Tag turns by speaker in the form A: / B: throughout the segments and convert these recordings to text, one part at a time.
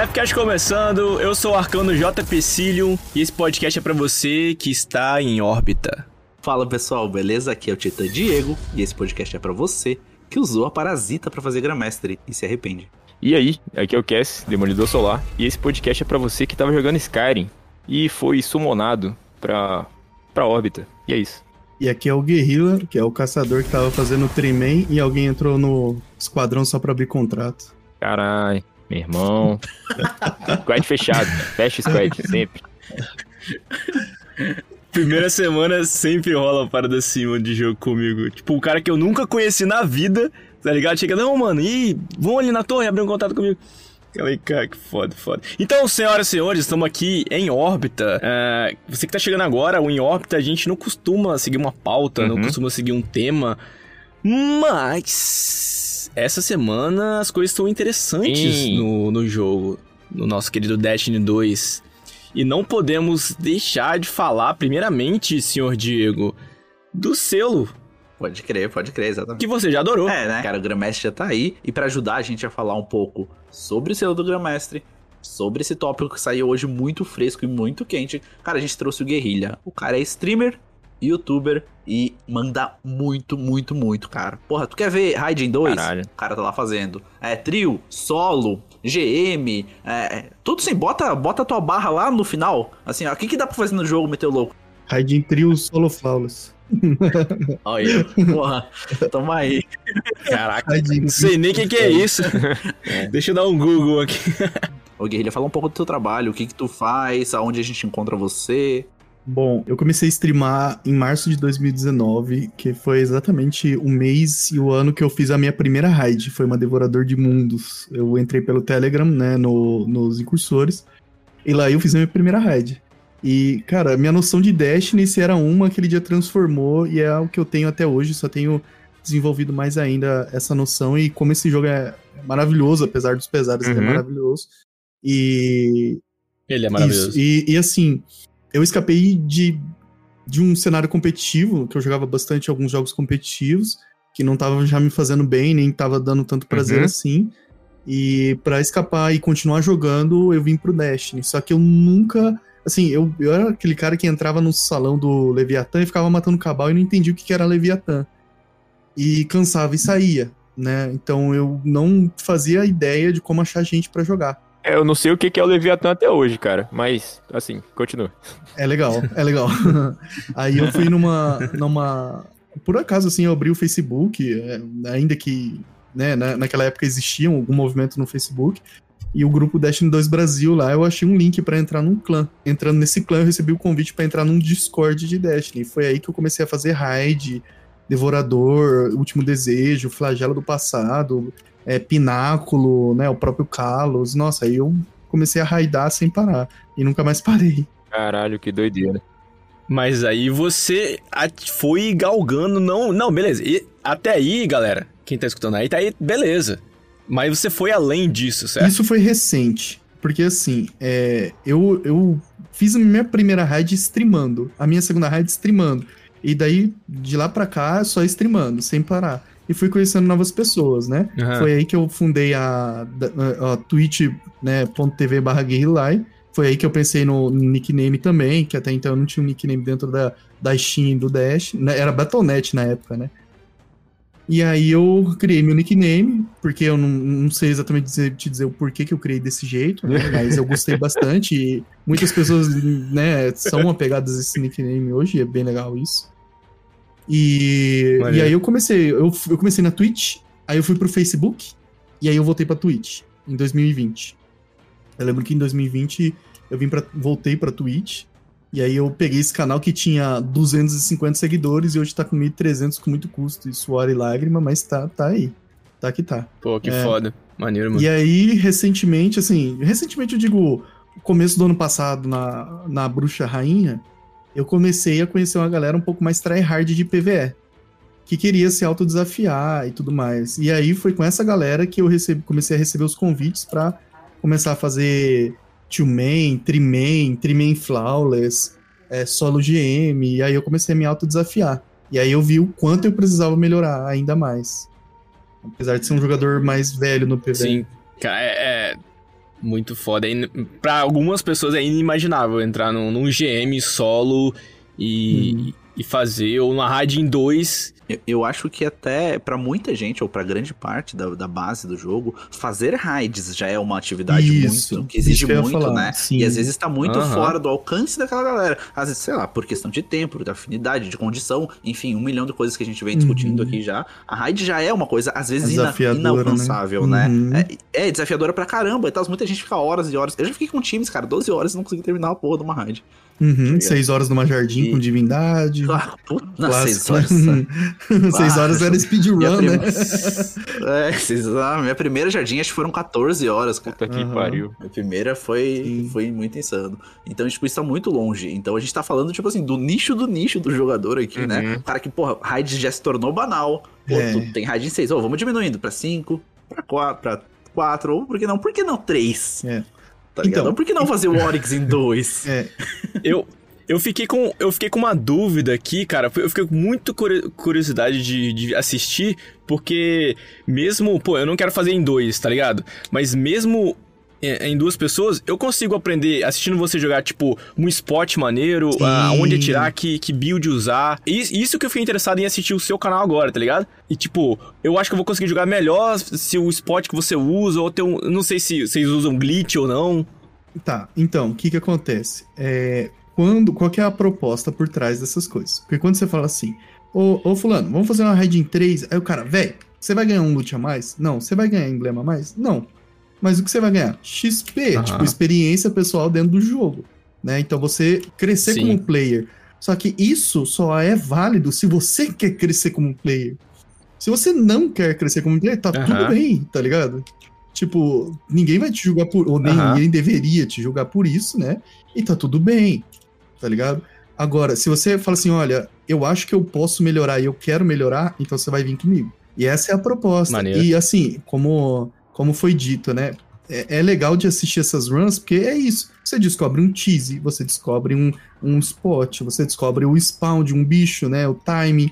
A: Deathcast começando, eu sou o Arcano J. Pecilium e esse podcast é pra você que está em órbita.
B: Fala pessoal, beleza? Aqui é o Titã Diego e esse podcast é pra você que usou a parasita pra fazer Grandmaster e se arrepende.
C: E aí, aqui é o Cass, Demolidor Solar, e esse podcast é pra você que tava jogando Skyrim e foi summonado pra órbita, e é isso.
D: E aqui é o Guerrilla, que é o caçador que tava fazendo Triman e alguém entrou no esquadrão só pra abrir contrato.
C: Caralho, meu irmão. Squad fechado, fecha o squad, sempre.
A: Primeira semana sempre rola uma parada assim de jogo comigo. Tipo, um cara que eu nunca conheci na vida, tá ligado? Chega, não, mano, vão ali na torre abrir um contato comigo. Falei, cara, que foda. Então, senhoras e senhores, estamos aqui em órbita. Você que tá chegando agora, o Em Órbita, a gente não costuma seguir uma pauta, não costuma seguir um tema, mas essa semana as coisas estão interessantes no jogo, no nosso querido Destiny 2. E não podemos deixar de falar, primeiramente, senhor Diego, do selo.
B: Pode crer, exatamente.
A: Que você já adorou.
B: É, né? Cara, o Grandmaster já tá aí. E pra ajudar a gente a falar um pouco sobre o selo do Grandmaster, sobre esse tópico que saiu hoje muito fresco e muito quente, cara, a gente trouxe o Guerrilla. O cara é streamer, youtuber e manda muito, cara. Porra, tu quer ver Raiden 2?
C: Caralho.
B: O cara tá lá fazendo. Trio, solo, GM, tudo assim, bota a tua barra lá no final. Assim, ó, o que dá pra fazer no jogo, meter o louco?
D: Raiden Trio Solo Flawless.
B: Olha, porra, toma aí.
A: Caraca, não sei nem o que é isso. Deixa eu dar um Google aqui.
B: Ô Guerrilla, fala um pouco do teu trabalho, o que tu faz, aonde a gente encontra você.
D: Bom, eu comecei a streamar em março de 2019, que foi exatamente o mês e o ano que eu fiz a minha primeira raid, foi uma Devorador de Mundos. Eu entrei pelo Telegram, né, nos incursores, e lá eu fiz a minha primeira raid. E, cara, minha noção de Destiny, se era uma, aquele dia transformou, e é o que eu tenho até hoje, só tenho desenvolvido mais ainda essa noção, e como esse jogo é maravilhoso, apesar dos pesares, ele é maravilhoso. E...
A: Ele é maravilhoso.
D: Isso. E assim, eu escapei de um cenário competitivo, que eu jogava bastante alguns jogos competitivos, que não tava já me fazendo bem, nem tava dando tanto prazer assim, e pra escapar e continuar jogando, eu vim pro Destiny, só que eu nunca... Assim, eu era aquele cara que entrava no salão do Leviatã e ficava matando cabal e não entendia o que era Leviatã. E cansava e saía, né? Então eu não fazia ideia de como achar gente pra jogar.
C: Eu não sei o que é o Leviatã até hoje, cara, mas, assim, continua.
D: É legal. Aí eu fui numa... Por acaso, assim, eu abri o Facebook, ainda que, né, naquela época existia algum movimento no Facebook, e o grupo Destiny 2 Brasil lá, eu achei um link pra entrar num clã. Entrando nesse clã, eu recebi o convite pra entrar num Discord de Destiny. Foi aí que eu comecei a fazer raid, Devorador, Último Desejo, Flagelo do Passado, Pináculo, né, o próprio Kalos. Nossa, aí eu comecei a raidar sem parar. E nunca mais parei.
C: Caralho, que doideira.
A: Mas aí você foi galgando, não, beleza. E até aí, galera, quem tá escutando aí, tá aí, beleza. Mas você foi além disso, certo?
D: Isso foi recente, porque assim, eu fiz a minha primeira raid streamando, a minha segunda raid streamando, e daí, de lá pra cá, só streamando, sem parar. E fui conhecendo novas pessoas, né? Foi aí que eu fundei a Twitch, né, .tv/Guerrilla. Foi aí que eu pensei no nickname também, que até então eu não tinha um nickname dentro da Steam do Dash, né? Era Battle.net na época, né? E aí eu criei meu nickname, porque eu não sei exatamente te dizer o porquê que eu criei desse jeito, né? Mas eu gostei bastante e muitas pessoas, né, são apegadas a esse nickname hoje, e é bem legal isso. E aí eu comecei na Twitch, aí eu fui pro Facebook, e aí eu voltei pra Twitch, em 2020. Eu lembro que em 2020 eu voltei pra Twitch, e aí eu peguei esse canal que tinha 250 seguidores e hoje tá com 1.300 com muito custo e suor e lágrima, mas tá aí. Tá que tá.
A: Pô, que foda. Maneiro, mano.
D: E aí, recentemente eu digo, começo do ano passado, na Bruxa Rainha, eu comecei a conhecer uma galera um pouco mais tryhard de PvE, que queria se autodesafiar e tudo mais. E aí foi com essa galera que eu comecei a receber os convites pra começar a fazer Two-Man, Three-Man Flawless, solo GM, e aí eu comecei a me autodesafiar. E aí eu vi o quanto eu precisava melhorar ainda mais. Apesar de ser um jogador mais velho no PvE.
A: Sim, cara, Muito foda. Pra algumas pessoas é inimaginável entrar num GM solo e fazer, ou numa raid em 2.
B: Eu acho que até pra muita gente, ou pra grande parte da base do jogo, fazer raids já é uma atividade muito, que exige muito, né? Sim. E às vezes tá muito fora do alcance daquela galera. Às vezes, sei lá, por questão de tempo, de afinidade, de condição, enfim, 1 milhão de coisas que a gente vem discutindo aqui já. A raid já é uma coisa, às vezes, inalcançável, né? É desafiadora pra caramba. Então, muita gente fica horas e horas. Eu já fiquei com times, cara, 12 horas e não consegui terminar a porra de uma raid.
D: 6 horas numa jardim com divindade.
B: Puta, 6 horas.
D: 6 horas era speedrun, né?
B: Minha primeira jardim acho que foram 14 horas, cara.
C: Puta que pariu.
B: A primeira foi muito insano. Então, tipo, isso tá muito longe. Então, a gente tá falando, tipo assim, do nicho do jogador aqui, né? O cara que, porra, raid já se tornou banal. Pô, tu tem raid em 6. Vamos diminuindo pra 5, pra 4, ou por que não 3? Tá ligado? Então, por que não fazer o Oryx em 2?
A: Eu fiquei com uma dúvida aqui, cara. Eu fiquei com muita curiosidade de assistir, porque mesmo... Pô, eu não quero fazer em 2, tá ligado? Mas mesmo em 2 pessoas, eu consigo aprender assistindo você jogar, tipo, um spot maneiro, onde atirar, que build usar. Isso que eu fiquei interessado em assistir o seu canal agora, tá ligado? E, tipo, eu acho que eu vou conseguir jogar melhor se o spot que você usa, ou ter um... Não sei se vocês usam glitch ou não.
D: Tá, então, o que acontece? Qual que é a proposta por trás dessas coisas? Porque quando você fala assim, ô fulano, vamos fazer uma raid em 3, aí o cara, velho, você vai ganhar um loot a mais? Não. Você vai ganhar emblema a mais? Não. Mas o que você vai ganhar? XP, tipo, experiência pessoal dentro do jogo, né? Então você crescer como player. Só que isso só é válido se você quer crescer como player. Se você não quer crescer como player, tá tudo bem, tá ligado? Tipo, ninguém vai te julgar por... Ou nem ninguém deveria te julgar por isso, né? E tá tudo bem, tá ligado? Agora, se você fala assim, olha, eu acho que eu posso melhorar e eu quero melhorar, então você vai vir comigo. E essa é a proposta.
A: Maneiro.
D: E assim, como foi dito, né? É legal de assistir essas runs, porque é isso. Você descobre um tease, você descobre um spot, você descobre o spawn de um bicho, né? O timing.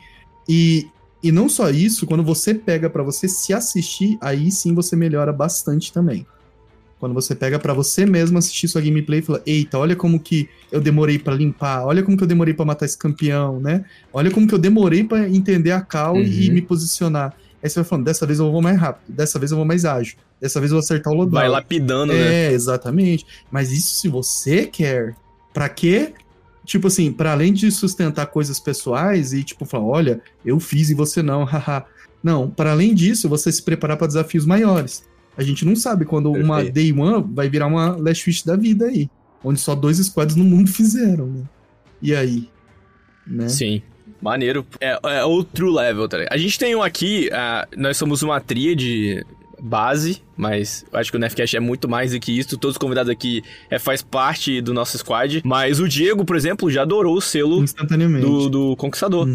D: E não só isso, quando você pega pra você se assistir, aí sim você melhora bastante também. Quando você pega pra você mesmo assistir sua gameplay e fala, eita, olha como que eu demorei pra limpar, olha como que eu demorei pra matar esse campeão, né? Olha como que eu demorei pra entender a call e me posicionar. Aí você vai falando, dessa vez eu vou mais rápido, dessa vez eu vou mais ágil, dessa vez eu vou acertar o loadout.
A: Vai lapidando, né?
D: Exatamente. Mas isso se você quer. Pra quê? Tipo assim, pra além de sustentar coisas pessoais e tipo falar, olha, eu fiz e você não, haha. Não, para além disso, você se preparar pra desafios maiores. A gente não sabe quando uma Day One vai virar uma Last Wish da vida aí, onde só 2 squads no mundo fizeram, né? E aí? Né?
A: Sim. Maneiro. É o true level, tá ligado? A gente tem um aqui, nós somos uma tríade base, mas eu acho que o Nefcast é muito mais do que isso. Todos os convidados aqui faz parte do nosso squad. Mas o Diego, por exemplo, já adorou o selo
D: instantaneamente
A: do Conquistador.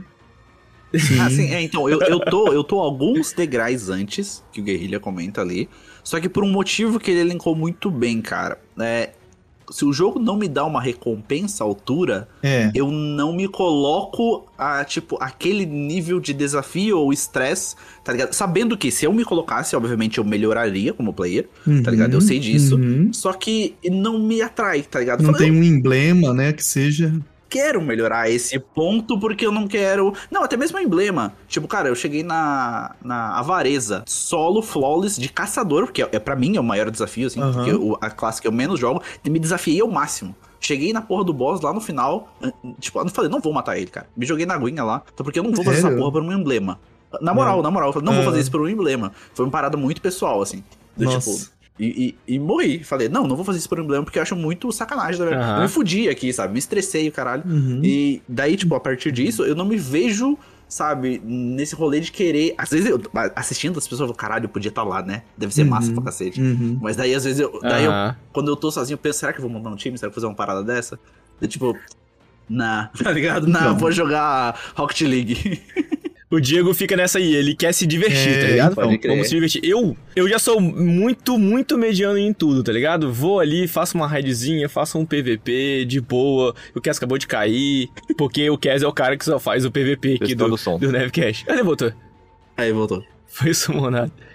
B: Sim, então, eu tô alguns degraus antes, que o Guerrilha comenta ali, só que por um motivo que ele elencou muito bem, cara. Se o jogo não me dá uma recompensa à altura, eu não me coloco aquele nível de desafio ou estresse, tá ligado? Sabendo que se eu me colocasse, obviamente eu melhoraria como player, tá ligado? Eu sei disso, só que não me atrai, tá ligado?
D: Não tem um emblema, né, que seja...
B: Quero melhorar esse ponto porque eu não quero... Não, até mesmo o emblema. Tipo, cara, eu cheguei na Avareza, solo flawless de caçador, que pra mim é o maior desafio, assim, porque a classe que eu menos jogo, me desafiei ao máximo. Cheguei na porra do boss lá no final, tipo, eu falei, não vou matar ele, cara. Me joguei na aguinha lá, porque eu não vou fazer essa porra por um emblema. Na moral, eu falei, não vou fazer isso por um emblema. Foi uma parada muito pessoal, assim. Tipo... E morri. Falei, não vou fazer isso por um emblema porque eu acho muito sacanagem. Eu me fudi aqui, sabe? Me estressei o caralho. E daí, tipo, a partir disso, eu não me vejo, sabe, nesse rolê de querer... Às vezes, assistindo as pessoas, eu falo, caralho, eu podia estar lá, né? Deve ser massa pra cacete. Mas daí, às vezes, quando eu tô sozinho, eu penso, será que eu vou montar um time? Será que eu vou fazer uma parada dessa? Eu, tipo, tá ligado? Não, vou jogar Rocket League.
A: O Diego fica nessa aí, ele quer se divertir, tá ligado? Vamos se divertir. Eu já sou muito, muito mediano em tudo, tá ligado? Vou ali, faço uma raidzinha, faço um PVP de boa. O Cass acabou de cair, porque o Cass é o cara que só faz o PVP aqui do Nefcast. Ele voltou.
B: Aí voltou.
A: Foi summonado.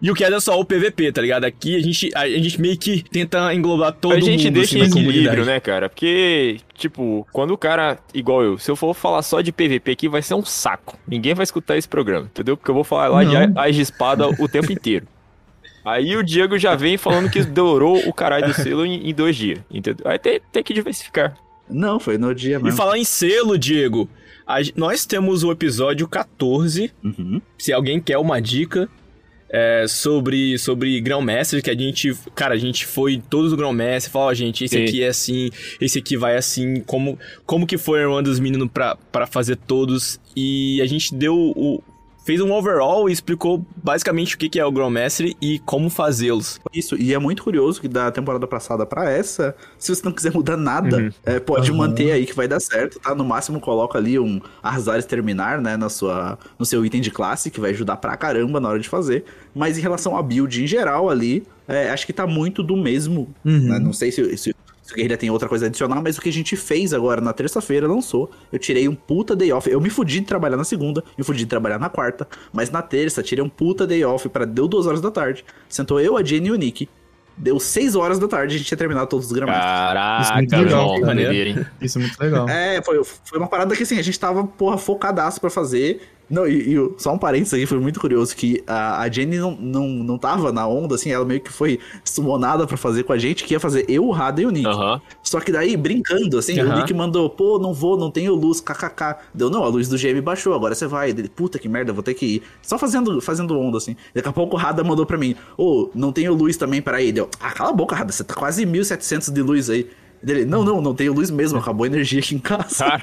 A: E o que é só o PVP, tá ligado? Aqui a gente meio que tenta englobar todo mundo.
C: A gente deixa
A: assim,
C: em
A: na
C: equilíbrio,
A: comunidade.
C: né, cara? Porque, tipo, quando o cara, igual eu, se eu for falar só de PVP aqui, vai ser um saco. Ninguém vai escutar esse programa, entendeu? Porque eu vou falar lá de
D: Não.
C: Ás de Espada o tempo inteiro. Aí o Diego já vem falando que dourou o caralho do selo em 2 dias, entendeu? Aí tem que diversificar.
B: Não, foi no dia
A: E
B: mesmo.
A: falar em selo, Diego, nós temos o episódio 14.
B: Uhum.
A: Se alguém quer uma dica sobre Grão-Mestre, que a gente foi em todos os Grão-Mestre, falou, ó, gente, esse
C: Sim.
A: aqui é assim, esse aqui vai assim, como que foi a run dos meninos pra fazer todos, e a gente fez um overall e explicou basicamente o que é o Grão-Mestre e como fazê-los.
B: Isso, e é muito curioso que da temporada passada pra essa, se você não quiser mudar nada, pode manter aí que vai dar certo, tá? No máximo coloca ali um Arzares Terminar, né, no seu item de classe, que vai ajudar pra caramba na hora de fazer. Mas em relação à build em geral ali, acho que tá muito do mesmo, né? Não sei se o Guerrilha tem outra coisa a adicionar, mas o que a gente fez agora na terça-feira lançou. Eu tirei um puta day off. Eu me fudi de trabalhar na segunda, me fudi de trabalhar na quarta, mas na terça tirei um puta day off deu 2 horas da tarde. Sentou eu, a Jenny e o Nick. Deu 6 horas da tarde, a gente tinha terminado todos os gramados.
D: Isso é muito
C: Caraca,
D: legal,
C: João,
D: cara.
C: maneiro, hein?
D: Isso é muito legal.
B: Foi uma parada que assim, a gente tava, focadaço pra fazer. Não, só um parênteses aqui, foi muito curioso, que a Jenny não tava na onda, assim, ela meio que foi summonada pra fazer com a gente, que ia fazer eu, o Rada e o Nick.
C: Aham.
B: Só que daí, brincando, assim, o Nick mandou, pô, não tenho luz, kkk. Deu, não, a luz do GM baixou, agora você vai. Dele, puta que merda, vou ter que ir. Só fazendo onda, assim. Daqui a pouco o Rada mandou pra mim, não tenho luz também, peraí. Deu, cala a boca, Rada, você tá quase 1.700 de luz aí. Dele, não tenho luz mesmo, acabou a energia aqui em casa.
C: Cara,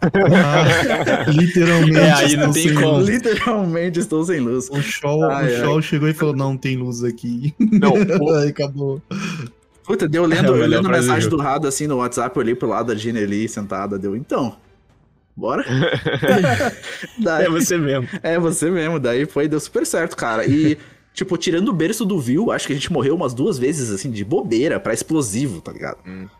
D: Literalmente.
A: Aí não
D: estou
A: tem
D: sem
A: como.
D: luz.
B: Literalmente estou sem luz.
D: O Shaw chegou e falou: não tem luz aqui.
C: não,
D: Aí acabou.
B: Puta, deu
A: É a
B: lendo
A: melhor
B: a
A: frase do
B: mensagem do
A: jogo.
B: Rada assim no WhatsApp, eu olhei pro lado da Gina ali sentada, deu, então, bora? Daí,
A: Você mesmo.
B: é você mesmo, daí deu super certo, cara. E, tipo, tirando o berço do Vil, acho que a gente morreu umas 2 vezes, assim, de bobeira pra explosivo, tá ligado?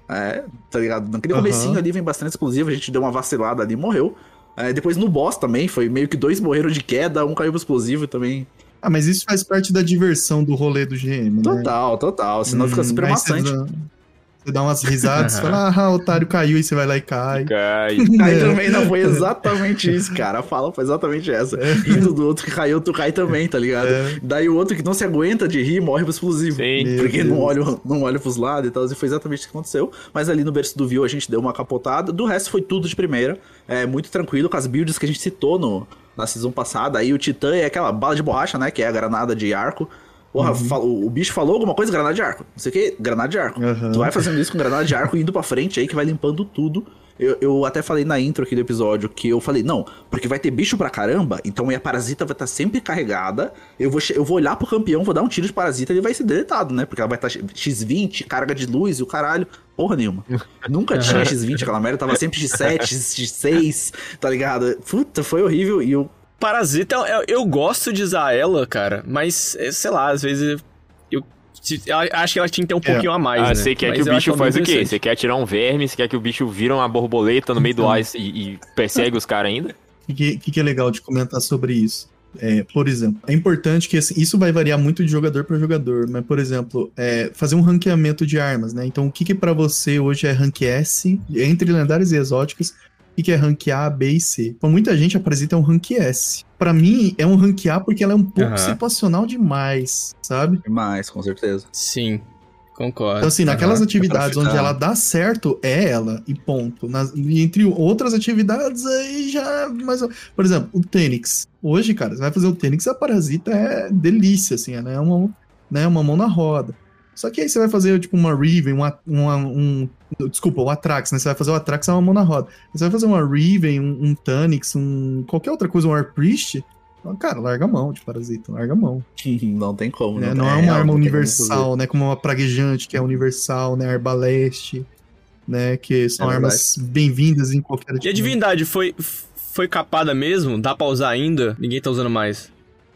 B: Tá ligado? Naquele comecinho ali vem bastante explosivo, a gente deu uma vacilada ali e morreu. Depois no boss também, foi meio que 2 morreram de queda, um caiu pro explosivo também.
D: Ah, mas isso faz parte da diversão do rolê do GM, né?
B: Total, senão fica super
D: Aí
B: maçante.
D: Você dá umas risadas, fala, o otário caiu, e você vai lá e cai.
C: cai.
B: Aí também não foi exatamente isso, cara. A fala foi exatamente essa. Rindo do outro que caiu, tu cai também, tá ligado? Daí o outro que não se aguenta de rir morre pro explosivo.
C: Sim.
B: Porque
D: Meu
B: não olha pros lados e tal. E foi exatamente isso que aconteceu. Mas ali no berço do Vil a gente deu uma capotada. Do resto foi tudo de primeira. Muito tranquilo com as builds que a gente citou na season passada. Aí o Titã é aquela bala de borracha, né? Que é a granada de arco. Porra, o bicho falou alguma coisa, granada de arco. Não sei o que, granada de arco. Tu vai fazendo isso com granada de arco e indo pra frente aí que vai limpando tudo. Eu até falei na intro aqui do episódio que eu falei, não, porque vai ter bicho pra caramba, então minha parasita vai estar sempre carregada. Eu vou olhar pro campeão, vou dar um tiro de parasita e ele vai ser deletado, né? Porque ela vai estar X20, carga de luz e o caralho. Porra nenhuma. Nunca tinha X20, aquela merda tava sempre X7, X6, tá ligado? Puta, foi horrível e eu.
A: Parasita, eu gosto de usar ela, cara, mas, sei lá, às vezes eu acho que ela tinha que ter um pouquinho a mais, né?
C: Você quer
A: Mas
C: que o
A: eu acho
C: bicho
A: ela
C: faz o
A: muito
C: quê?
A: interessante.
C: Você quer tirar um verme? Você quer que o bicho vira uma borboleta no meio do ar e persegue os caras ainda?
D: O que é legal de comentar sobre isso? Por exemplo, é importante que assim, isso vai variar muito de jogador para jogador, mas, por exemplo, fazer um ranqueamento de armas, né? Então, o que pra você hoje é rank S, entre lendárias e exóticas, o que é rank A, B e C? Pra muita gente, a Parasita é um rank S. Pra mim, é um rank A porque ela é um pouco situacional demais, sabe?
B: Demais, com certeza.
A: Sim, concordo.
D: Então, assim, naquelas atividades
B: pra ficar-
D: onde ela dá certo, é ela, e ponto. E entre outras atividades, aí já... Mas, por exemplo, o Tênix. Hoje, cara, você vai fazer o Tênix, a Parasita é delícia, assim, ela é uma mão na roda. Só que aí você vai fazer, tipo, uma Riven, desculpa, o Atrax, né? Você vai fazer o Atrax, é uma mão na roda. Você vai fazer uma Riven, um Tânix, qualquer outra coisa, um Warpriest, cara, larga a mão de Parasita, larga a mão.
B: Não tem como,
D: Né?
B: tem-
D: Não é uma
B: real,
D: arma
B: não tem como
D: universal, né? Como uma Praguejante, que é universal, né? Arbaleste, né? Que são
B: É
D: armas bem-vindas em qualquer
A: E a divindade foi capada mesmo? Dá pra usar ainda? Ninguém tá usando mais.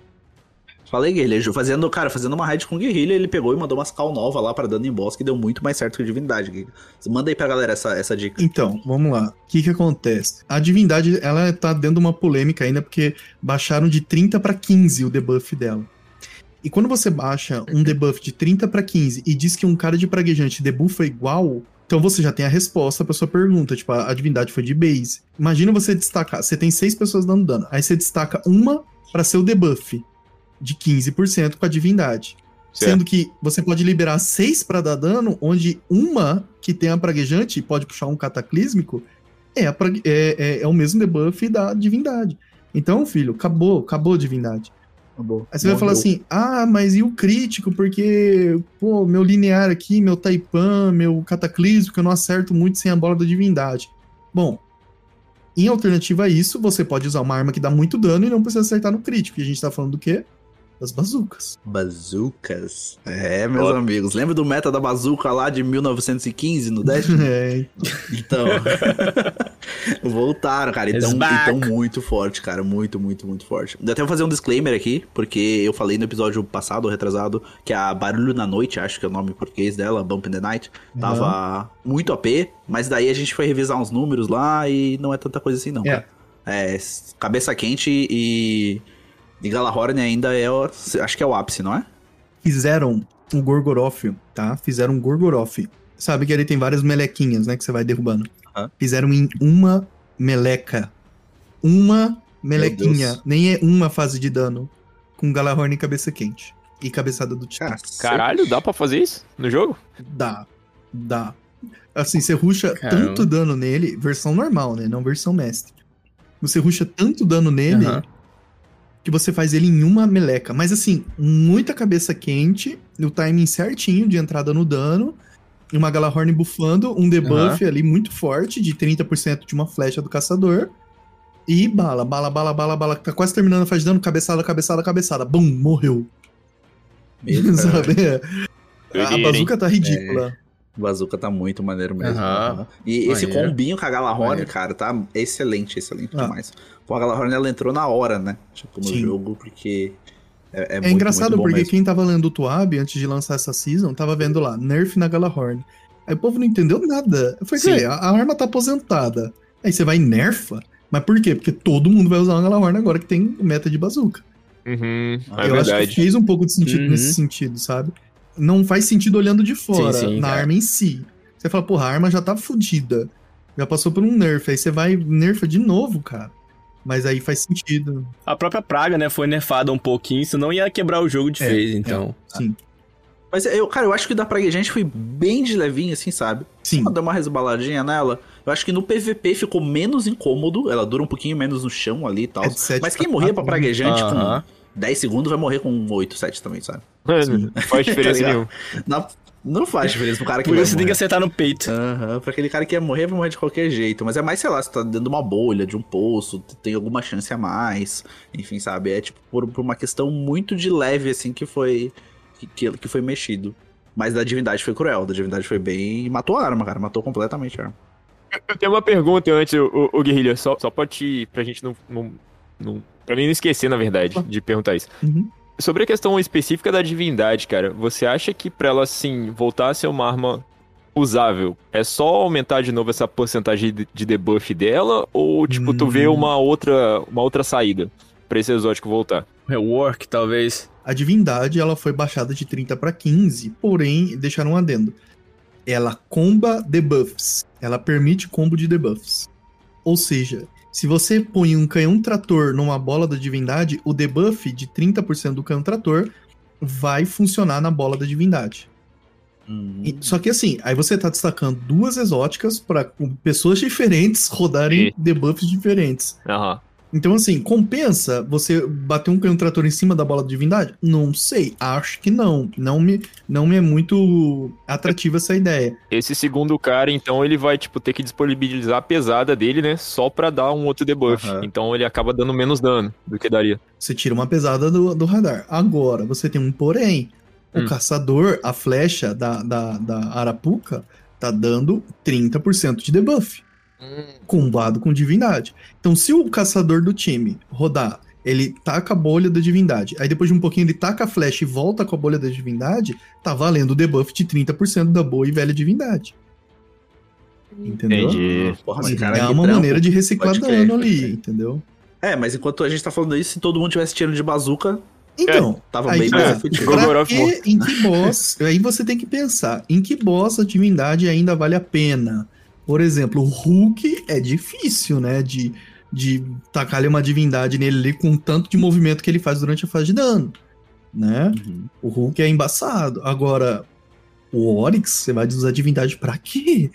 B: Falei, Guerrilha, fazendo uma raid com Guerrilha, ele pegou e mandou umas call nova lá pra dano em boss, que deu muito mais certo que a divindade, Guerrilha. Manda aí pra galera essa dica.
D: Então, vamos lá. O que acontece? A divindade, ela tá dentro de uma polêmica ainda, porque baixaram de 30 pra 15 o debuff dela. E quando você baixa um debuff de 30 pra 15 e diz que um cara de praguejante debuffa igual, então você já tem a resposta pra sua pergunta. Tipo, a divindade foi de base. Imagina você destacar, você tem 6 pessoas dando dano, aí você destaca uma pra ser o debuff de 15% com a divindade.
C: Certo.
D: Sendo que você pode liberar 6 pra dar dano, onde uma que tem a praguejante e pode puxar um cataclísmico é o mesmo debuff da divindade. Então, filho, acabou a divindade.
B: Acabou.
D: Aí você vai falar assim, mas e o crítico? Porque, pô, meu linear aqui, meu taipan, meu cataclísmico, eu não acerto muito sem a bola da divindade. Bom, em alternativa a isso, você pode usar uma arma que dá muito dano e não precisa acertar no crítico. E a gente tá falando do quê? Das bazucas.
B: Bazucas. Meus amigos. Lembra do meta da bazuca lá de 1915 no Destiny? Então. Voltaram, cara. Então muito forte, cara. Muito, muito, muito forte. Eu até vou fazer um disclaimer aqui, porque eu falei no episódio passado, ou retrasado, que a Barulho na Noite, acho que é o nome em português dela, Bump in the Night, tava muito AP, mas daí a gente foi revisar uns números lá e não é tanta coisa assim, não. Cara. Cabeça quente e Galahorn ainda acho que é o ápice, não é?
D: Fizeram um Gorgoroth, tá? Fizeram um Gorgoroth. Sabe que ele tem várias melequinhas, né? Que você vai derrubando. Fizeram em uma meleca. Uma melequinha. Nem é uma fase de dano. Com Galahorn e cabeça quente. E cabeçada do Titã.
C: Caralho, dá pra fazer isso no jogo?
D: Dá. Assim, você rusha tanto dano nele, versão normal, né? Não versão mestre. Você rusha tanto dano nele que você faz ele em uma meleca. Mas assim, muita cabeça quente, o timing certinho de entrada no dano, e uma Galahorn buffando, um debuff ali muito forte, de 30% de uma flecha do caçador, e bala, tá quase terminando a fase de dano, cabeçada, bum, morreu. Sabe? A bazuca tá ridícula.
B: A bazuca tá muito maneiro mesmo. E esse combinho com a Galahorn, cara, tá excelente demais. Pô, a Galahorn, ela entrou na hora, né? Tipo, no jogo, porque é muito,
D: engraçado,
B: muito bom
D: porque
B: mesmo.
D: quem tava lendo o Tuab, antes de lançar essa season, tava vendo lá, nerf na Galahorn. Aí o povo não entendeu nada. Eu falei, a arma tá aposentada. Aí você vai e nerfa? Mas por quê? Porque todo mundo vai usar uma Galahorn agora que tem meta de bazuca.
C: Eu
D: acho que fez um pouco de sentido nesse sentido, sabe? Não faz sentido olhando de fora, na arma em si. Você fala, porra, a arma já tá fodida. Já passou por um nerf. Aí você vai nerfa de novo, cara. Mas aí faz sentido.
A: A própria praga, né, foi nerfada um pouquinho, senão ia quebrar o jogo de vez, então.
D: Sim.
B: Mas, eu acho que da praguejante foi bem de levinho, assim, sabe?
D: Sim.
B: Só deu uma resbaladinha nela. Eu acho que no PVP ficou menos incômodo. Ela dura um pouquinho menos no chão ali e tal. Mas quem morria pra praguejante com 10 segundos vai morrer com 8, 7 também, sabe?
C: Não faz diferença nenhuma.
B: Não faz diferença pro cara que
A: Por
B: vai
A: isso você tem que acertar no peito.
B: Pra aquele cara que ia morrer, vai morrer de qualquer jeito. Mas é mais, sei lá, você tá dentro de uma bolha, de um poço, tem alguma chance a mais. Enfim, sabe? É tipo por uma questão muito de leve, assim, que foi mexido. Mas da divindade foi cruel. Da divindade foi bem... Matou a arma, cara. Matou completamente a arma.
C: Eu tenho uma pergunta antes, o Guerrilha. Só pra gente não... Pra mim não esquecer, na verdade, de perguntar isso. Sobre a questão específica da divindade, cara, você acha que pra ela, assim, voltar a ser uma arma usável, é só aumentar de novo essa porcentagem de debuff dela? Ou, tipo, tu vê uma outra saída pra esse exótico voltar?
A: Rework, talvez.
D: A divindade, ela foi baixada de 30 pra 15, porém, deixaram um adendo. Ela comba debuffs. Ela permite combo de debuffs. Ou seja... Se você põe um canhão trator numa bola da divindade, o debuff de 30% do canhão trator vai funcionar na bola da divindade. Só que assim, aí você tá destacando duas exóticas para pessoas diferentes rodarem debuffs diferentes. Então assim, compensa você bater um canhão trator em cima da bola da divindade? Não sei, acho que não. Não me é muito atrativa essa ideia.
C: Esse segundo cara, então, ele vai, tipo, ter que disponibilizar a pesada dele, né? Só pra dar um outro debuff. Então ele acaba dando menos dano do que daria.
D: Você tira uma pesada do radar. Agora, você tem um porém. O caçador, a flecha da Arapuca, tá dando 30% de debuff. Combado com divindade. Então, se o caçador do time rodar, ele taca a bolha da divindade, aí depois de um pouquinho ele taca a flecha e volta com a bolha da divindade, tá valendo o debuff de 30% da boa e velha divindade. Entendeu?
C: Entendi.
B: Porra,
D: Assim,
B: cara,
D: é
B: que
D: uma
B: trampo.
D: maneira de reciclar
B: Pode crer,
D: dano
B: pode
D: ali,
B: crer.
D: entendeu?
B: Mas enquanto a gente tá falando isso, se todo mundo tivesse tirando de bazuca,
D: Então,
B: Tava
D: aí,
B: bem mais efetivo.
D: pra que, em que boss... Aí você tem que pensar, em que boss a divindade ainda vale a pena? Por exemplo, o Hulk é difícil, né? De tacar ali uma divindade nele ali com o tanto de movimento que ele faz durante a fase de dano, né? O Hulk é embaçado. Agora, o Oryx, você vai usar divindade pra quê?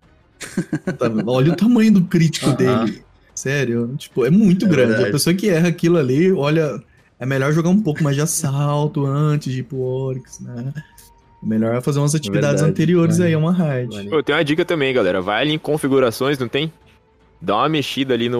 D: Olha o tamanho do crítico dele. Sério, tipo, é muito grande.
B: Verdade.
D: A pessoa que erra aquilo ali, olha, é melhor jogar um pouco mais de assalto antes de ir pro Oryx, né? É melhor fazer umas atividades
B: Verdade.
D: anteriores aí a uma raid.
C: Pô, tem uma dica também, galera. Vai ali em configurações, não tem? Dá uma mexida ali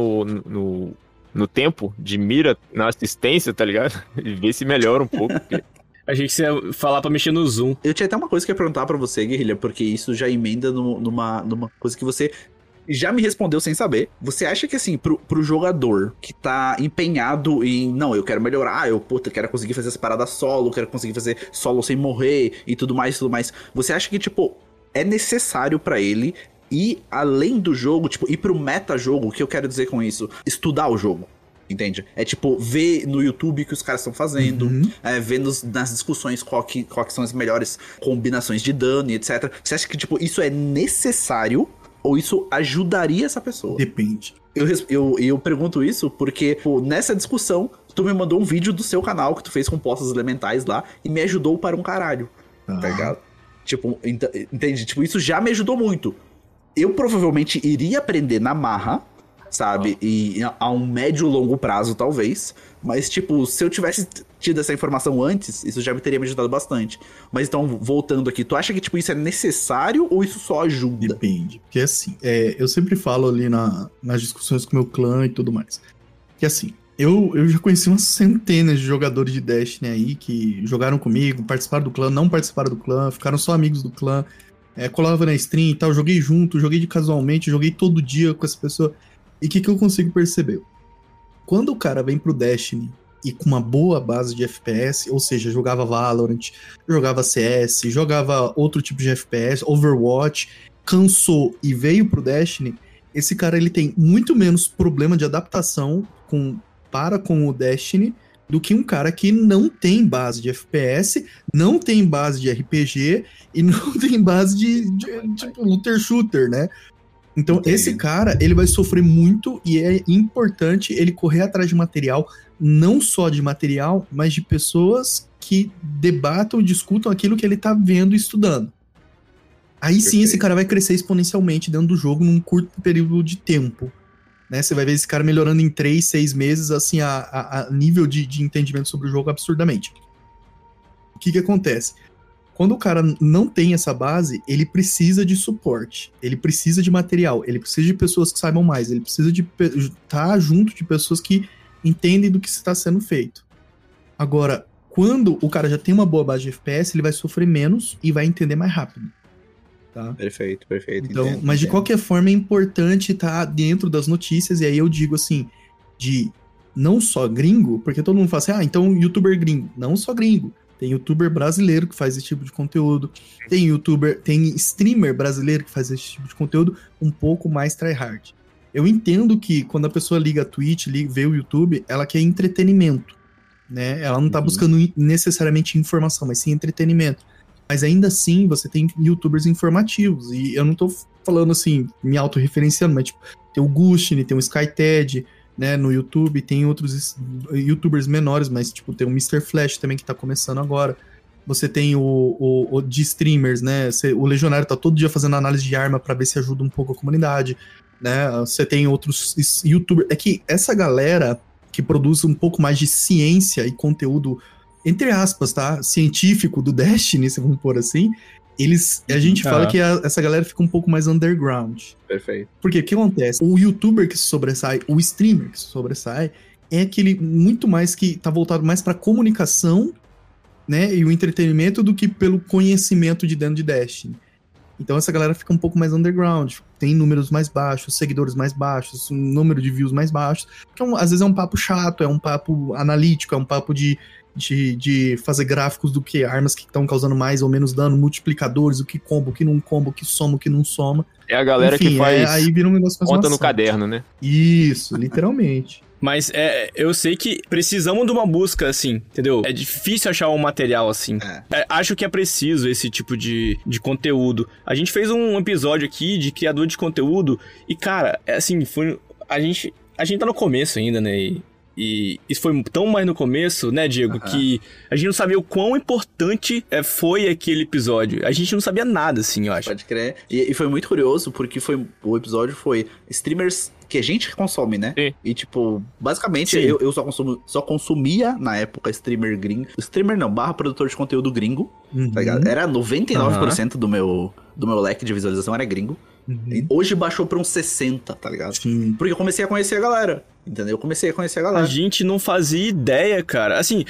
C: no tempo de mira, na assistência, tá ligado? E vê se melhora um pouco.
A: Achei que você ia falar pra mexer no zoom.
B: Eu tinha até uma coisa que eu ia perguntar pra você, Guerrilha, porque isso já emenda numa coisa que você já me respondeu sem saber. Você acha que, assim, pro jogador que tá empenhado em, não, eu quero melhorar, eu quero conseguir fazer essa parada solo, quero conseguir fazer solo sem morrer e tudo mais, você acha que, tipo, é necessário pra ele ir além do jogo, tipo, ir pro meta-jogo? O que eu quero dizer com isso? Estudar o jogo. Entende? É tipo, ver no YouTube o que os caras estão fazendo, ver nas discussões qual que são as melhores combinações de dano e etc. Você acha que, tipo, isso é necessário ou isso ajudaria essa pessoa?
D: Depende.
B: Eu pergunto isso porque, pô, nessa discussão, tu me mandou um vídeo do seu canal que tu fez com postas elementais lá e me ajudou para um caralho. Tá ligado? Tipo, entende? Tipo, isso já me ajudou muito. Eu provavelmente iria aprender na marra, sabe? E a um médio longo prazo, talvez. Mas, tipo, se eu tivesse tido essa informação antes, isso já teria me ajudado bastante. Mas então, voltando aqui, tu acha que, tipo, isso é necessário ou isso só ajuda?
D: Depende. Porque, assim, eu sempre falo ali nas discussões com o meu clã e tudo mais. Que, assim, eu já conheci umas centenas de jogadores de Destiny aí que jogaram comigo, participaram do clã, não participaram do clã, ficaram só amigos do clã, colava na stream e tal, joguei junto, joguei casualmente, joguei todo dia com essa pessoa. E o que eu consigo perceber? Quando o cara vem pro Destiny e com uma boa base de FPS, ou seja, jogava Valorant, jogava CS, jogava outro tipo de FPS, Overwatch, cansou e veio pro Destiny, esse cara ele tem muito menos problema de adaptação para com o Destiny do que um cara que não tem base de FPS, não tem base de RPG e não tem base de tipo, looter shooter, né? Então, esse cara, ele vai sofrer muito e é importante ele correr atrás de material, não só de material, mas de pessoas que debatam e discutam aquilo que ele tá vendo e estudando. Aí sim, esse cara vai crescer exponencialmente dentro do jogo num curto período de tempo. Né? Você vai ver esse cara melhorando em 3, 6 meses, assim, a nível de entendimento sobre o jogo absurdamente. O que acontece? Quando o cara não tem essa base, ele precisa de suporte, ele precisa de material, ele precisa de pessoas que saibam mais, ele precisa de estar junto de pessoas que entendem do que está sendo feito. Agora, quando o cara já tem uma boa base de FPS, ele vai sofrer menos e vai entender mais rápido. Tá?
B: Perfeito.
D: Então, mas de qualquer forma é importante estar dentro das notícias, e aí eu digo assim, de não só gringo, porque todo mundo fala assim, então youtuber gringo, não só gringo. Tem youtuber brasileiro que faz esse tipo de conteúdo. Tem streamer brasileiro que faz esse tipo de conteúdo um pouco mais tryhard. Eu entendo que quando a pessoa liga a Twitch, vê o YouTube, ela quer entretenimento, né? Ela não tá buscando necessariamente informação, mas sim entretenimento. Mas ainda assim, você tem youtubers informativos. E eu não tô falando assim, me autorreferenciando, mas tipo, tem o Gustini, tem o SkyTed, né, no YouTube, tem outros youtubers menores, mas tipo, tem o Mr. Flash também que tá começando agora. Você tem o de streamers, né, o Legionário tá todo dia fazendo análise de arma pra ver se ajuda um pouco a comunidade, né, você tem outros youtubers, é que essa galera que produz um pouco mais de ciência e conteúdo, entre aspas, tá, científico do Destiny, se vamos pôr assim, a gente fala que essa galera fica um pouco mais underground.
B: Perfeito.
D: Porque o que acontece? O youtuber que se sobressai, o streamer que se sobressai, é aquele muito mais que tá voltado mais pra comunicação, né, e o entretenimento do que pelo conhecimento de dentro de Destiny. Então essa galera fica um pouco mais underground. tem números mais baixos, seguidores mais baixos, um número de views mais baixos. Então, às vezes é um papo chato, é um papo analítico, é um papo de fazer gráficos do que armas que estão causando mais ou menos dano, multiplicadores, o que combo, o que não combo, o que soma, o que não soma.
C: É a galera
D: Enfim,
C: que faz
D: aí vira um negócio mais
C: conta no
D: maçante.
C: caderno, né?
D: Isso, literalmente.
A: Mas eu sei que precisamos de uma busca, assim, entendeu? É difícil achar um material assim. Acho que é preciso esse tipo de conteúdo. A gente fez um episódio aqui de criador de conteúdo e, cara, assim, foi... A gente tá no começo ainda, né? E isso foi tão mais no começo, né, Diego, que a gente não sabia o quão importante foi aquele episódio. A gente não sabia nada, assim, eu acho.
B: Pode crer. E foi muito curioso, porque o episódio foi streamers que a gente consome, né?
C: Sim.
B: E, tipo, basicamente, eu só consumia, na época, streamer gringo. Streamer não, produtor de conteúdo gringo, tá ligado? Era 99% do meu leque de visualização era gringo. E hoje baixou pra uns 60, tá ligado?
D: Sim.
B: Porque eu comecei a conhecer a galera, entendeu? Eu comecei a conhecer a galera.
A: A gente não fazia ideia, cara. Assim,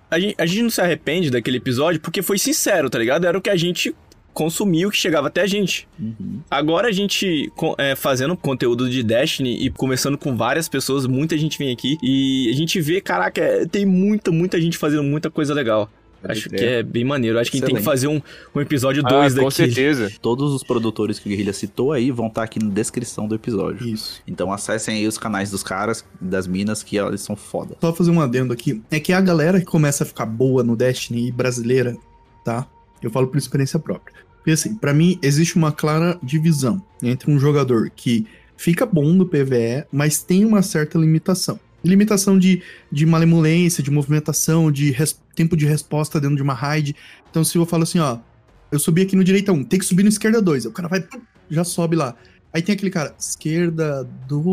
A: a gente não se arrepende daquele episódio porque foi sincero, tá ligado? Era o que a gente consumiu, que chegava até a gente. Agora a gente fazendo conteúdo de Destiny e conversando com várias pessoas, muita gente vem aqui e a gente vê, caraca, tem muita gente fazendo muita coisa legal. Acho que é bem maneiro. Acho que a gente tem que fazer um episódio 2 daqui.
C: Com certeza.
B: Todos os produtores que o Guerrilha citou aí vão estar aqui na descrição do episódio.
D: Isso.
B: Então acessem aí os canais dos caras, das minas, que eles são foda.
D: Só fazer um adendo aqui. É que a galera que começa a ficar boa no Destiny e brasileira, tá? Eu falo por experiência própria. Porque assim, pra mim existe uma clara divisão entre um jogador que fica bom no PvE, mas tem uma certa limitação. Limitação de malemolência, de movimentação, de tempo de resposta dentro de uma raid. Então se eu falo assim, ó, eu subi aqui no direita 1, tem que subir no esquerda 2. O cara vai, já sobe lá. Aí tem aquele cara, esquerda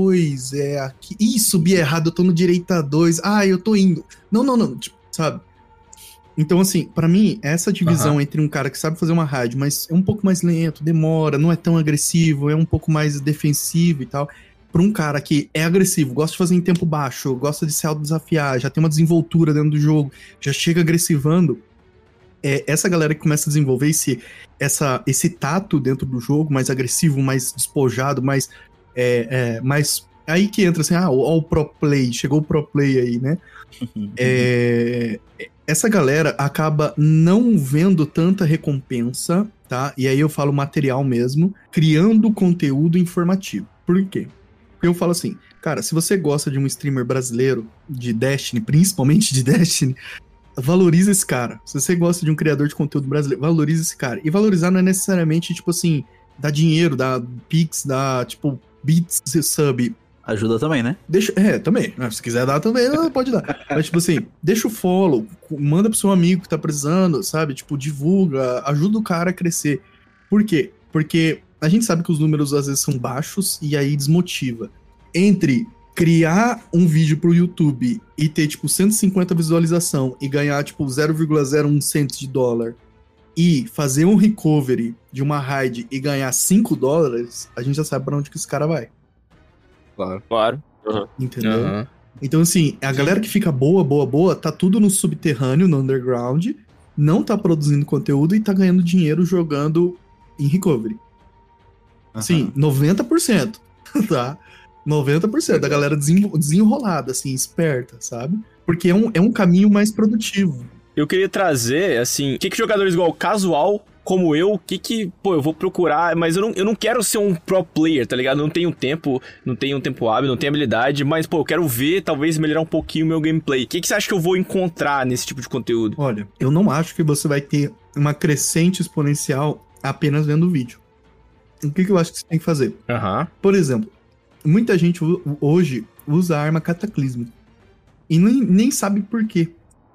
D: 2, é aqui. Ih, subi errado, eu tô no direita 2. Ah, eu tô indo. Não, tipo, sabe? Então, assim, pra mim, essa divisão entre um cara que sabe fazer uma raid, mas é um pouco mais lento, demora, não é tão agressivo, é um pouco mais defensivo e tal. Pra um cara que é agressivo, gosta de fazer em tempo baixo, gosta de se autodesafiar, já tem uma desenvoltura dentro do jogo, já chega agressivando, essa galera que começa a desenvolver esse tato dentro do jogo, mais agressivo, mais despojado, mais aí que entra assim, o pro play, chegou o pro play aí, né? Essa galera acaba não vendo tanta recompensa, tá? E aí eu falo material mesmo, criando conteúdo informativo. Por quê? Porque eu falo assim, cara, se você gosta de um streamer brasileiro de Destiny, principalmente de Destiny, valoriza esse cara. Se você gosta de um criador de conteúdo brasileiro, valoriza esse cara. E valorizar não é necessariamente, tipo assim, dar dinheiro, dar Pix, dar, tipo, bits, sub.
B: Ajuda também, né?
D: Também. Se quiser dar também, pode dar. Mas, tipo assim, deixa o follow, manda pro seu amigo que tá precisando, sabe? Tipo, divulga, ajuda o cara a crescer. Por quê? Porque a gente sabe que os números às vezes são baixos e aí desmotiva. Entre criar um vídeo pro YouTube e ter, tipo, 150 visualização e ganhar, tipo, 0,01 cents de dólar e fazer um recovery de uma raid e ganhar $5, a gente já sabe pra onde que esse cara vai.
C: Claro.
D: Entendeu? Então, assim, a galera que fica boa, tá tudo no subterrâneo, no underground, não tá produzindo conteúdo e tá ganhando dinheiro jogando em recovery. Sim, 90%, tá? 90% da galera desenrolada, assim, esperta, sabe? Porque é um caminho mais produtivo.
A: Eu queria trazer, assim, o que jogadores igual casual, como eu eu vou procurar, mas eu não quero ser um pro player, tá ligado? Não tenho tempo hábil, não tenho habilidade, mas, eu quero ver, talvez melhorar um pouquinho o meu gameplay. O que você acha que eu vou encontrar nesse tipo de conteúdo?
D: Olha, eu não acho que você vai ter uma crescente exponencial apenas vendo o vídeo. O que eu acho que você tem que fazer? Por exemplo, muita gente hoje usa a arma Cataclismo e nem sabe por quê.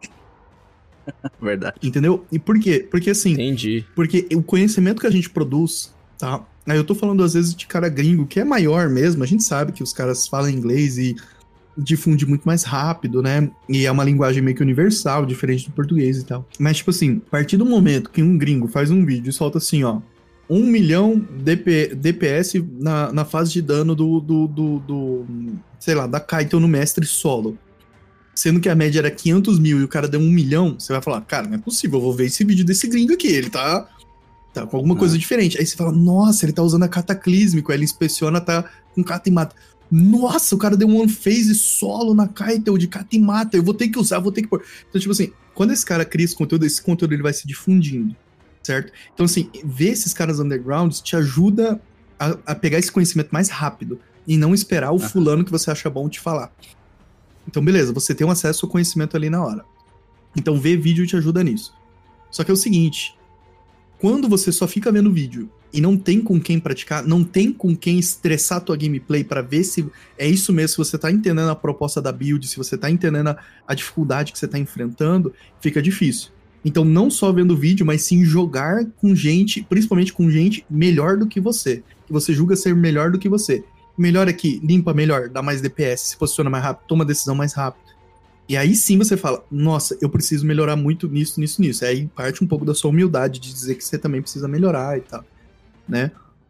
B: Verdade.
D: Entendeu? E por quê? Porque assim...
A: Entendi.
D: Porque o conhecimento que a gente produz, tá? Aí eu tô falando às vezes de cara gringo, que é maior mesmo, a gente sabe que os caras falam inglês e difunde muito mais rápido, né? E é uma linguagem meio que universal, diferente do português e tal. Mas, tipo assim, a partir do momento que um gringo faz um vídeo e solta assim, ó, 1 milhão DPS na fase de dano sei lá, da Kaito no mestre solo. Sendo que a média era 500 mil e o cara deu 1 milhão, você vai falar, cara, não é possível, eu vou ver esse vídeo desse gringo aqui, ele tá Tá com alguma coisa diferente. Aí você fala, nossa, ele tá usando a Cataclísmico. Aí ele inspeciona, tá com Kata e Mata. Nossa, o cara deu um One Phase solo na Kaito de Kata e Mata. Eu vou ter que usar, vou ter que pôr. Então, tipo assim, quando esse cara cria esse conteúdo ele vai se difundindo, certo? Então, assim, ver esses caras undergrounds te ajuda a pegar esse conhecimento mais rápido e não esperar o fulano que você acha bom te falar. Então, beleza, você tem um acesso ao conhecimento ali na hora. Então, ver vídeo te ajuda nisso. Só que é o seguinte, quando você só fica vendo vídeo e não tem com quem praticar, não tem com quem estressar a tua gameplay pra ver se é isso mesmo, se você tá entendendo a proposta da build, se você tá entendendo a dificuldade que você tá enfrentando, fica difícil. Então, não só vendo vídeo, mas sim jogar com gente, principalmente com gente melhor do que você julga ser melhor do que você. Melhor aqui, limpa melhor, dá mais DPS, se posiciona mais rápido, toma decisão mais rápido. E aí sim você fala, nossa, eu preciso melhorar muito nisso. Aí parte um pouco da sua humildade de dizer que você também precisa melhorar e tal, né?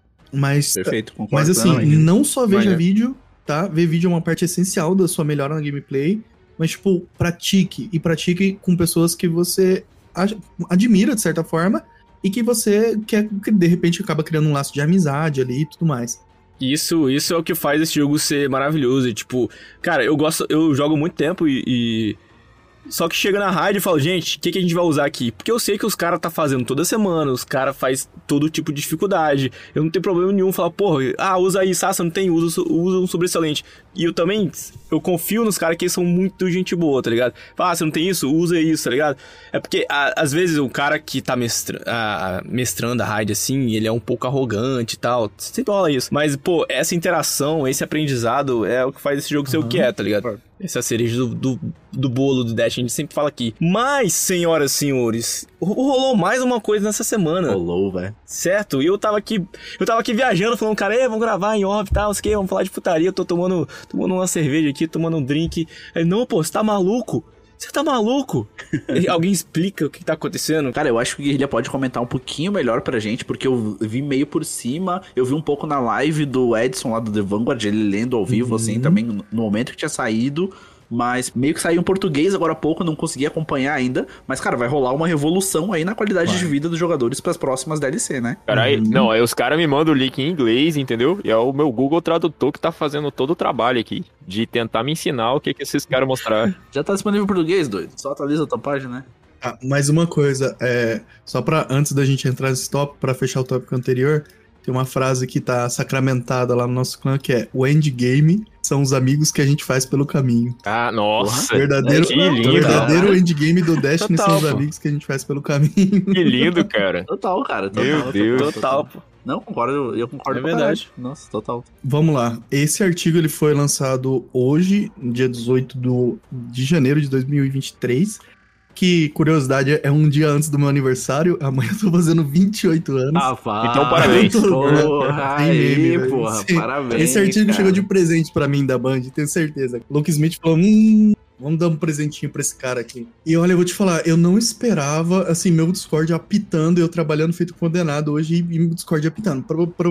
D: Mas,
B: Perfeito, concordo.
D: mas assim, não só veja vídeo, tá? Ver vídeo é uma parte essencial da sua melhora na gameplay, mas, tipo, pratique com pessoas que você admira, de certa forma, e que você quer, que de repente acaba criando um laço de amizade ali e tudo mais.
A: Isso é o que faz esse jogo ser maravilhoso. E, tipo, cara, eu jogo muito tempo e só que chega na raid e falo, gente, o que a gente vai usar aqui? Porque eu sei que os caras tá fazendo toda semana, os caras faz todo tipo de dificuldade. Eu não tenho problema nenhum falar, porra, usa isso, você não tem, usa um sobressalente. E eu também, eu confio nos caras que eles são muito gente boa, tá ligado? Fala, você não tem isso? Usa isso, tá ligado? É porque, às vezes, o cara que tá mestrando a raid, assim, ele é um pouco arrogante e tal, sempre rola isso. Mas, pô, essa interação, esse aprendizado é o que faz esse jogo ser o que é, tá ligado? Essa é a cereja do bolo do Dash, a gente sempre fala aqui. Mas, senhoras e senhores, rolou mais uma coisa nessa semana.
B: Rolou, velho.
A: Certo? E eu tava aqui viajando, falando, cara, vamos gravar em off e tal, não sei o que, vamos falar de putaria, eu tô tomando uma cerveja aqui, tomando um drink. Aí, não, pô, você tá maluco? Você tá maluco? Alguém explica o que tá acontecendo?
B: Cara, eu acho que o Guerrilha pode comentar um pouquinho melhor pra gente, porque eu vi meio por cima, eu vi um pouco na live do Edson lá do The Vanguard, ele lendo ao vivo, assim, também no momento que tinha saído, mas meio que saiu em português agora há pouco, não consegui acompanhar ainda, mas, cara, vai rolar uma revolução aí na qualidade de vida dos jogadores pras próximas DLC, né?
C: Cara, não, aí os caras me mandam o link em inglês, entendeu? E é o meu Google Tradutor que tá fazendo todo o trabalho aqui, de tentar me ensinar o que esses caras mostraram.
B: Já tá disponível em português, doido? Só atualiza a tua página, né?
D: Ah, mais uma coisa, só pra, antes da gente entrar nesse tópico, pra fechar o tópico anterior, tem uma frase que tá sacramentada lá no nosso clã, que é: o endgame são os amigos que a gente faz pelo caminho.
C: Ah, nossa.
D: Verdadeiro,
C: que lindo.
D: O verdadeiro endgame do Destiny
A: Total,
D: são os
A: pô.
D: amigos que a gente faz pelo caminho.
C: Que lindo, cara.
B: Total, cara. Total,
C: Meu Deus.
A: Total, pô.
B: Não, concordo, eu concordo.
A: É verdade.
B: Caralho. Nossa, total.
D: Vamos lá. Esse artigo ele foi lançado hoje, dia 18 de janeiro de 2023. Que, curiosidade, é um dia antes do meu aniversário. Amanhã eu tô fazendo 28 anos.
B: Ah, vai.
C: Então, parabéns.
B: Porra,
D: Tem
B: aí,
D: meme, velho.
B: porra,
D: Sim.
B: parabéns.
D: Esse artigo
B: cara.
D: chegou de presente pra mim da Band, tenho certeza. Luke Smith falou, vamos dar um presentinho pra esse cara aqui. E olha, eu vou te falar, eu não esperava, assim, meu Discord apitando, eu trabalhando feito condenado hoje e meu Discord apitando.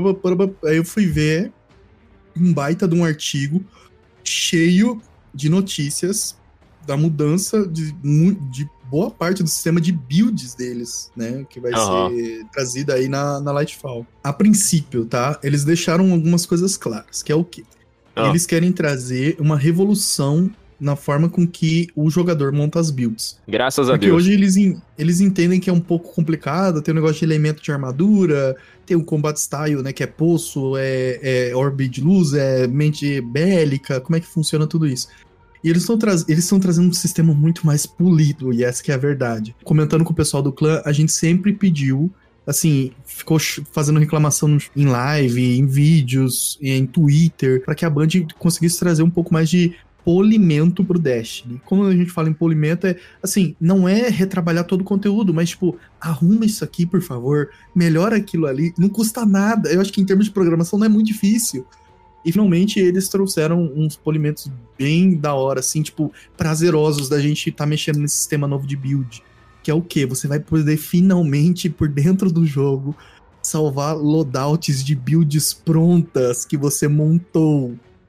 D: Aí eu fui ver um baita de um artigo cheio de notícias da mudança de boa parte do sistema de builds deles, né? Que vai ser trazida aí na Lightfall. A princípio, tá? Eles deixaram algumas coisas claras, que é o quê? Eles querem trazer uma revolução na forma com que o jogador monta as builds.
C: Graças a
D: Porque
C: Deus.
D: hoje eles entendem que é um pouco complicado, tem um negócio de elemento de armadura, tem o combat style, né, que é poço, é orbe de luz, é mente bélica, como é que funciona tudo isso? E eles estão trazendo um sistema muito mais polido, e essa que é a verdade. Comentando com o pessoal do clã, a gente sempre pediu, assim, ficou fazendo reclamação em live, em vídeos, em Twitter, para que a Band conseguisse trazer um pouco mais de polimento pro Destiny. Como a gente fala em polimento, assim, não é retrabalhar todo o conteúdo, mas, tipo, arruma isso aqui, por favor, melhora aquilo ali, não custa nada. Eu acho que em termos de programação não é muito difícil. E finalmente eles trouxeram uns polimentos bem da hora, assim, tipo, prazerosos da gente tá mexendo nesse sistema novo de build. Que é o quê? Você vai poder finalmente, por dentro do jogo, salvar loadouts de builds prontas que você montou.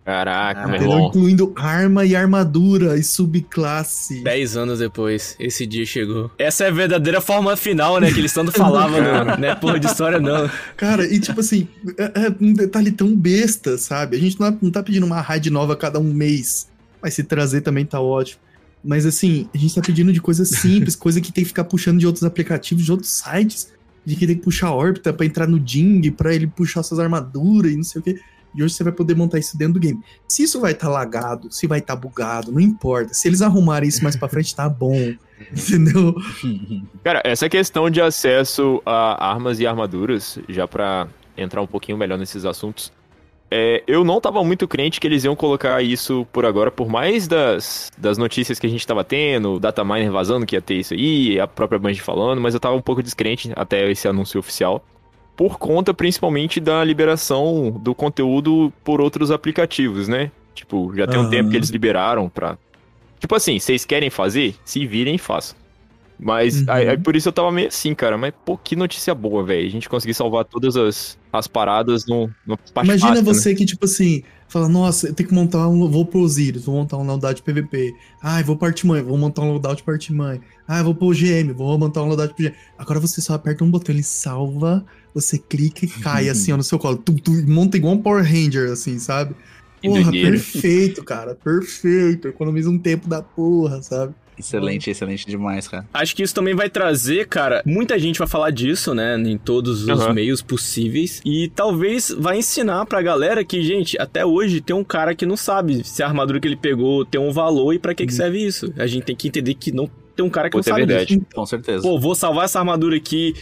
C: Caraca, meu
D: Entendeu?
C: irmão.
D: Incluindo arma e armadura e subclasse.
A: 10 anos depois, esse dia chegou. Essa é a verdadeira forma final, né? Que eles tanto falavam, não é porra de história, não.
D: Cara, e tipo assim, é um detalhe tão besta, sabe? A gente não tá pedindo uma raid nova a cada um mês. Mas se trazer também tá ótimo. Mas assim, a gente tá pedindo de coisas simples, coisa que tem que ficar puxando de outros aplicativos, de outros sites. De que tem que puxar a órbita pra entrar no Ding, pra ele puxar suas armaduras e não sei o quê. E hoje você vai poder montar isso dentro do game. Se isso vai estar lagado, se vai estar bugado, não importa. Se eles arrumarem isso mais pra frente, tá bom. Entendeu?
C: Cara, essa questão de acesso a armas e armaduras, já pra entrar um pouquinho melhor nesses assuntos, eu não tava muito crente que eles iam colocar isso por agora, por mais das notícias que a gente tava tendo, o dataminer vazando que ia ter isso aí, a própria Bungie falando, mas eu tava um pouco descrente até esse anúncio oficial. Por conta, principalmente, da liberação do conteúdo por outros aplicativos, né? Tipo, já tem um tempo que eles liberaram pra... Tipo assim, vocês querem fazer? Se virem, façam. Mas, aí, por isso eu tava meio assim, cara. Mas, pô, que notícia boa, velho. A gente conseguir salvar todas as paradas no parte
D: Imagina
C: fácil,
D: você
C: né?
D: que, tipo assim, fala, nossa, eu tenho que montar vou pro Osiris, vou montar um loadout PVP. Ai, vou pra Artimanha, vou montar um loadout pra Artimanha. Ai, vou pro GM, vou montar um loadout pro GM. Agora você só aperta um botão, ele salva, você clica e cai assim, ó, no seu colo. Tu monta igual um Power Ranger, assim, sabe?
C: Que
D: Porra,
C: doideira.
D: perfeito, cara, perfeito. Economiza um tempo da porra, sabe?
B: Excelente, excelente demais, cara.
A: Acho que isso também vai trazer, cara, muita gente vai falar disso, né, em todos os meios possíveis, e talvez vai ensinar pra galera que, gente, até hoje tem um cara que não sabe se a armadura que ele pegou tem um valor e pra que serve isso. A gente tem que entender que não tem um cara que não sabe
C: verdade.
A: disso.
B: Com certeza.
A: Pô, vou salvar essa armadura aqui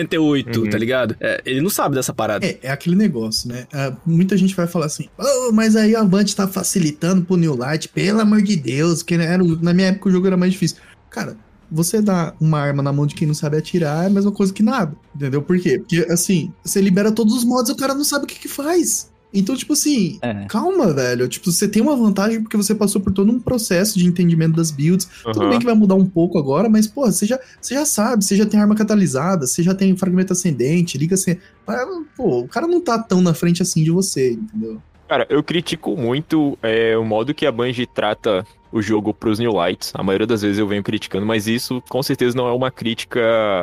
A: 68, tá ligado? Ele não sabe dessa parada.
D: É aquele negócio, né? Muita gente vai falar assim, mas aí a Avante tá facilitando pro New Light, pelo amor de Deus, que na minha época o jogo era mais difícil. Cara, você dá uma arma na mão de quem não sabe atirar é a mesma coisa que nada, entendeu? Por quê? Porque, assim, você libera todos os mods e o cara não sabe o que faz. Então, tipo assim, calma, velho. Tipo, você tem uma vantagem porque você passou por todo um processo de entendimento das builds. Tudo bem que vai mudar um pouco agora, mas, pô, você já sabe, você já tem arma catalisada, você já tem fragmento ascendente, liga assim. Pô, o cara não tá tão na frente assim de você, entendeu?
C: Cara, eu critico muito o modo que a Bungie trata o jogo pros New Lights. A maioria das vezes eu venho criticando, mas isso com certeza não é uma crítica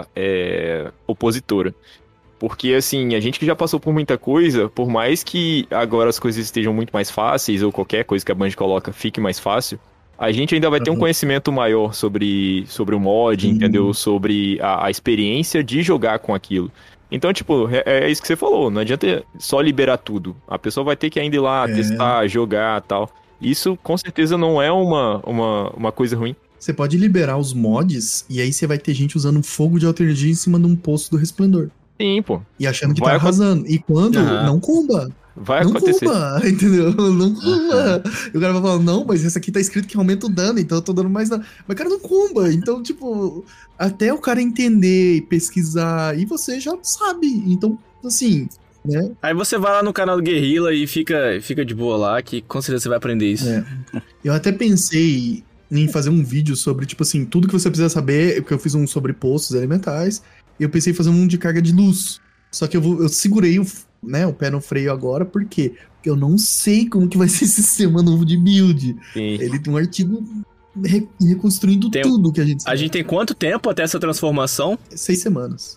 C: opositora. Porque, assim, a gente que já passou por muita coisa, por mais que agora as coisas estejam muito mais fáceis, ou qualquer coisa que a Bungie coloca fique mais fácil, a gente ainda vai ter um conhecimento maior sobre o mod, entendeu? Sobre a experiência de jogar com aquilo. Então, tipo, é isso que você falou, não adianta só liberar tudo. A pessoa vai ter que ainda ir lá, testar, jogar e tal. Isso, com certeza, não é uma coisa ruim.
D: Você pode liberar os mods, e aí você vai ter gente usando fogo de alta energia em cima de um poço do resplendor.
C: Sim, pô.
D: E achando que tá arrasando. E quando não comba.
C: Vai
D: não
C: acontecer.
D: Comba, entendeu? Não comba. E o cara vai falar, não, mas esse aqui tá escrito que aumenta o dano, então eu tô dando mais dano. Mas, cara, não comba. Então, tipo, até o cara entender e pesquisar, e você já sabe. Então, assim, né?
A: Aí você vai lá no canal do Guerrilla e fica de boa lá, que com certeza você vai aprender isso.
D: Eu até pensei em fazer um vídeo sobre, tipo assim, tudo que você precisa saber, porque eu fiz um sobre poços elementais, e eu pensei em fazer um de carga de luz. Só que eu segurei o pé no freio agora, por quê? Porque eu não sei como que vai ser esse sistema novo de build.
C: Sim.
D: Ele tem um artigo reconstruindo tudo que a gente sabe.
A: A gente tem quanto tempo até essa transformação?
D: 6 semanas.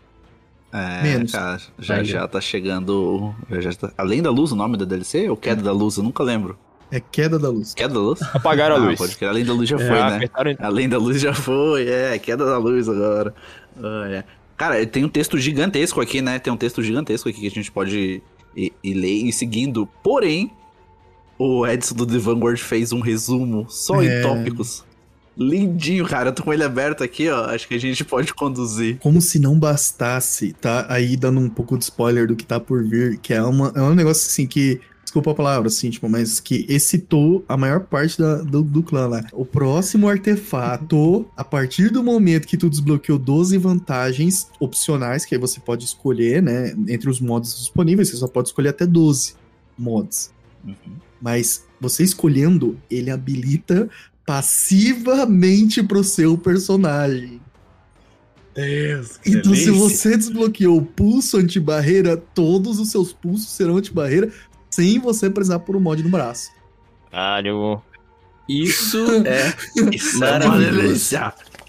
D: Menos.
B: Cara, já tá chegando... Além da Luz, o nome da DLC? Ou Queda da Luz? Eu nunca lembro.
D: É Queda da Luz.
B: Queda da Luz?
C: Apagaram a luz.
B: Pode crer. Além da Luz já foi, né?
C: Apertaram...
B: Além da Luz já foi, Queda da Luz agora. Cara, tem um texto gigantesco aqui, né? Tem um texto gigantesco aqui que a gente pode ir ler e ir seguindo. Porém, o Edson do The Vanguard fez um resumo só em tópicos. Lindinho, cara. Eu tô com ele aberto aqui, ó. Acho que a gente pode conduzir.
D: Como se não bastasse, tá? Aí dando um pouco de spoiler do que tá por vir, que é um negócio assim que... Desculpa a palavra, assim, tipo, mas que excitou a maior parte do clã lá. O próximo artefato, a partir do momento que tu desbloqueou 12 vantagens opcionais, que aí você pode escolher, né? Entre os mods disponíveis, você só pode escolher até 12 mods. Mas você escolhendo, ele habilita passivamente pro seu personagem.
A: Deus, que
D: então,
A: delícia.
D: se você desbloqueou o pulso anti-barreira, todos os seus pulsos serão anti-barreira sem você precisar pôr o mod no braço.
C: Caralho.
A: Isso
B: Isso é uma
A: maravilhoso.
B: delícia.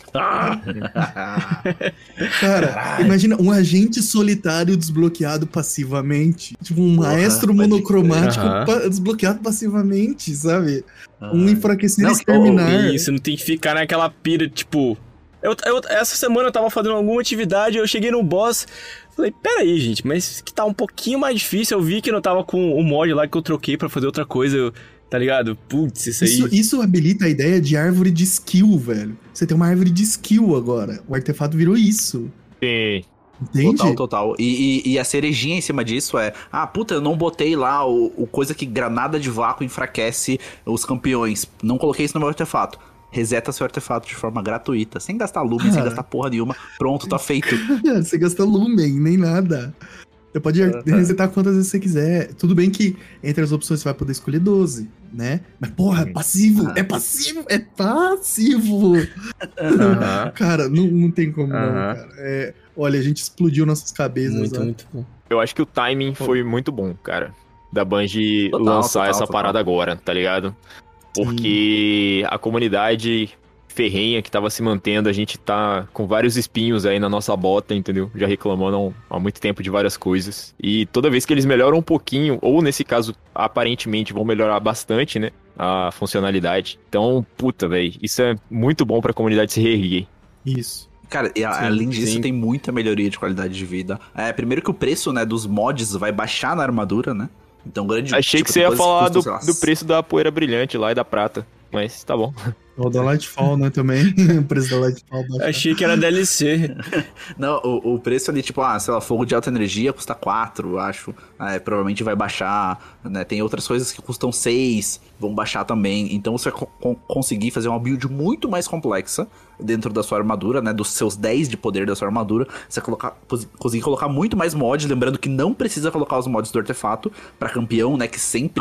D: Cara, imagina um agente solitário desbloqueado passivamente. Tipo, um maestro
B: pode
D: monocromático
A: crer.
D: desbloqueado passivamente, sabe? Um enfraquecer e
B: Não,
D: exterminar.
A: E você não tem que ficar naquela pira, tipo... essa semana eu tava fazendo alguma atividade, eu cheguei no boss, falei, peraí, gente, mas que tá um pouquinho mais difícil, eu vi que não tava com o mod lá que eu troquei pra fazer outra coisa, tá ligado? Putz, isso aí...
D: Isso habilita a ideia de árvore de skill, velho. Você tem uma árvore de skill agora. O artefato virou isso.
C: Sim.
D: Entende?
B: Total. E a cerejinha em cima disso é... Ah, puta, eu não botei lá o coisa que granada de vácuo enfraquece os campeões. Não coloquei isso no meu artefato. Reseta seu artefato de forma gratuita. Sem gastar lumen, sem gastar porra nenhuma. Pronto, tá feito.
D: Você gasta lumen, nem nada. Você pode resetar quantas vezes você quiser. Tudo bem que entre as opções você vai poder escolher 12, né? Mas porra, é passivo! É passivo! É passivo! Cara, não tem como não, cara. Olha, a gente explodiu nossas cabeças.
A: Muito bom.
C: Eu acho que o timing foi muito bom, cara. Da Bungie lançar essa parada agora, tá ligado? Porque a comunidade ferrenha que tava se mantendo, a gente tá com vários espinhos aí na nossa bota, entendeu? Já reclamando há muito tempo de várias coisas. E toda vez que eles melhoram um pouquinho, ou nesse caso, aparentemente vão melhorar bastante, né? A funcionalidade. Então, puta, velho, isso é muito bom pra comunidade se reerguer.
D: Isso.
B: Cara, e além disso, tem muita melhoria de qualidade de vida. Primeiro que o preço, né, dos mods vai baixar na armadura, né? Então, grande...
C: Achei que você ia falar do preço da poeira brilhante lá e da prata. Mas tá bom.
D: O da Lightfall, né, também. O preço da Lightfall.
A: Achei que era DLC.
B: Não, o preço ali, tipo, sei lá, fogo de alta energia custa 4, eu acho. Provavelmente vai baixar, né? Tem outras coisas que custam 6, vão baixar também. Então você vai conseguir fazer uma build muito mais complexa dentro da sua armadura, né? Dos seus 10 de poder da sua armadura. Você conseguir colocar muito mais mods, lembrando que não precisa colocar os mods do artefato pra campeão, né? Que sempre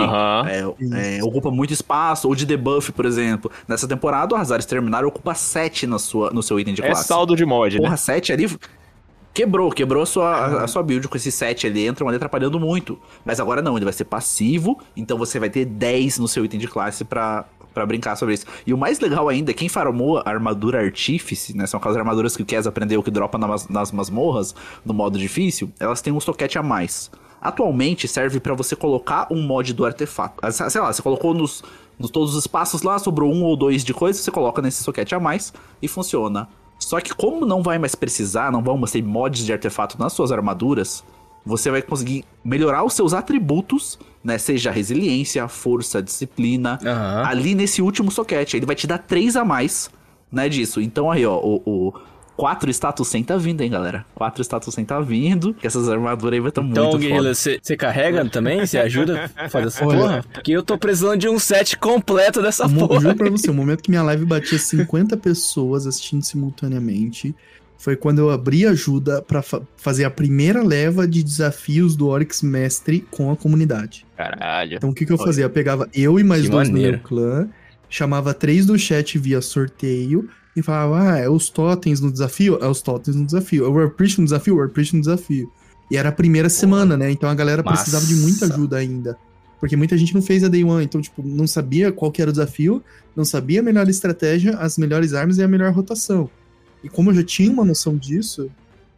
B: ocupa muito espaço. Ou de debuff, por exemplo. Nessa temporada, o Azar Exterminar ocupa 7 no seu item de classe.
C: É saldo de mod,
B: Porra,
C: né?
B: 7 ali... Quebrou a sua build com esses 7 ali, entram ali atrapalhando muito. Mas agora não, ele vai ser passivo, então você vai ter 10 no seu item de classe pra brincar sobre isso. E o mais legal ainda, quem farmou a armadura Artífice, né, são aquelas armaduras que o Kes aprendeu que dropa nas masmorras, no modo difícil, elas têm um soquete a mais. Atualmente serve pra você colocar um mod do artefato. Sei lá, você colocou nos todos os espaços lá, sobrou 1 ou 2 de coisa, você coloca nesse soquete a mais e funciona. Só que como não vai mais precisar, não vão ter mods de artefato nas suas armaduras, você vai conseguir melhorar os seus atributos, né? Seja resiliência, força, disciplina, ali nesse último soquete. Ele vai te dar 3 a mais, né, disso. Então aí, ó, o 4 status 100 tá vindo, hein, galera? 4 status 100 tá vindo, que essas armaduras aí vai estar muito foda.
A: Então, Guerrilla, você carrega também? Você ajuda a fazer essa porra? Porque eu tô precisando de um set completo dessa porra.
D: Juro pra você, o momento que minha live batia 50 pessoas assistindo simultaneamente foi quando eu abri ajuda pra fazer a primeira leva de desafios do Oryx Mestre com a comunidade.
C: Caralho.
D: Então o que eu fazia? Eu pegava eu e mais 2 no meu clã, chamava 3 do chat via sorteio e falava, é os totens no desafio? É os totens no desafio. É o Warpriest no desafio? O Warpriest no desafio. E era a primeira semana, né? Então a galera precisava de muita ajuda ainda. Porque muita gente não fez a Day One, então, tipo, não sabia qual que era o desafio, não sabia a melhor estratégia, as melhores armas e a melhor rotação. E como eu já tinha uma noção disso...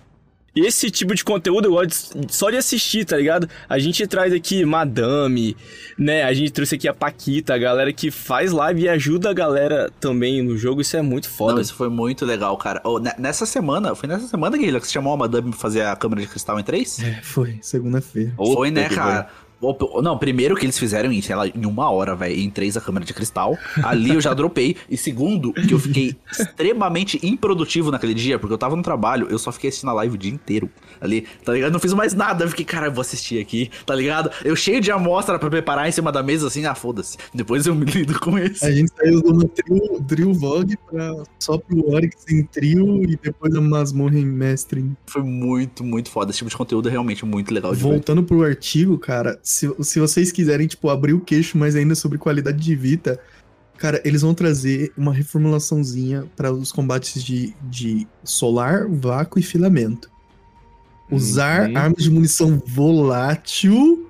A: Esse tipo de conteúdo eu gosto só de assistir, tá ligado? A gente traz aqui Madame, né? A gente trouxe aqui a Paquita, a galera que faz live e ajuda a galera também no jogo. Isso é muito foda.
B: Não, isso foi muito legal, cara. Nessa semana, Guilherme, que você chamou a Madame pra fazer a câmera de cristal em 3?
D: Foi, segunda-feira.
B: Foi, né, cara? Não, primeiro que eles fizeram em, sei lá, em 1 hora, velho, em 3 a câmera de cristal. Ali eu já dropei. E segundo, que eu fiquei extremamente improdutivo naquele dia, porque eu tava no trabalho, eu só fiquei assistindo a live o dia inteiro. Ali, tá ligado? Não fiz mais nada. Eu fiquei, cara, eu vou assistir aqui, tá ligado? Eu cheio de amostra pra preparar em cima da mesa, assim, foda-se. Depois eu me lido com isso.
D: A gente saiu de uma Drill Vogue só pro Oryx em trio e depois a masmorra em mestre.
B: Foi muito, muito foda. Esse tipo de conteúdo é realmente muito legal de
D: Voltando pro artigo, cara, se vocês quiserem, tipo, abrir o queixo mais ainda sobre qualidade de vida, cara, eles vão trazer uma reformulaçãozinha para os combates de solar, vácuo e filamento. Usar armas de munição volátil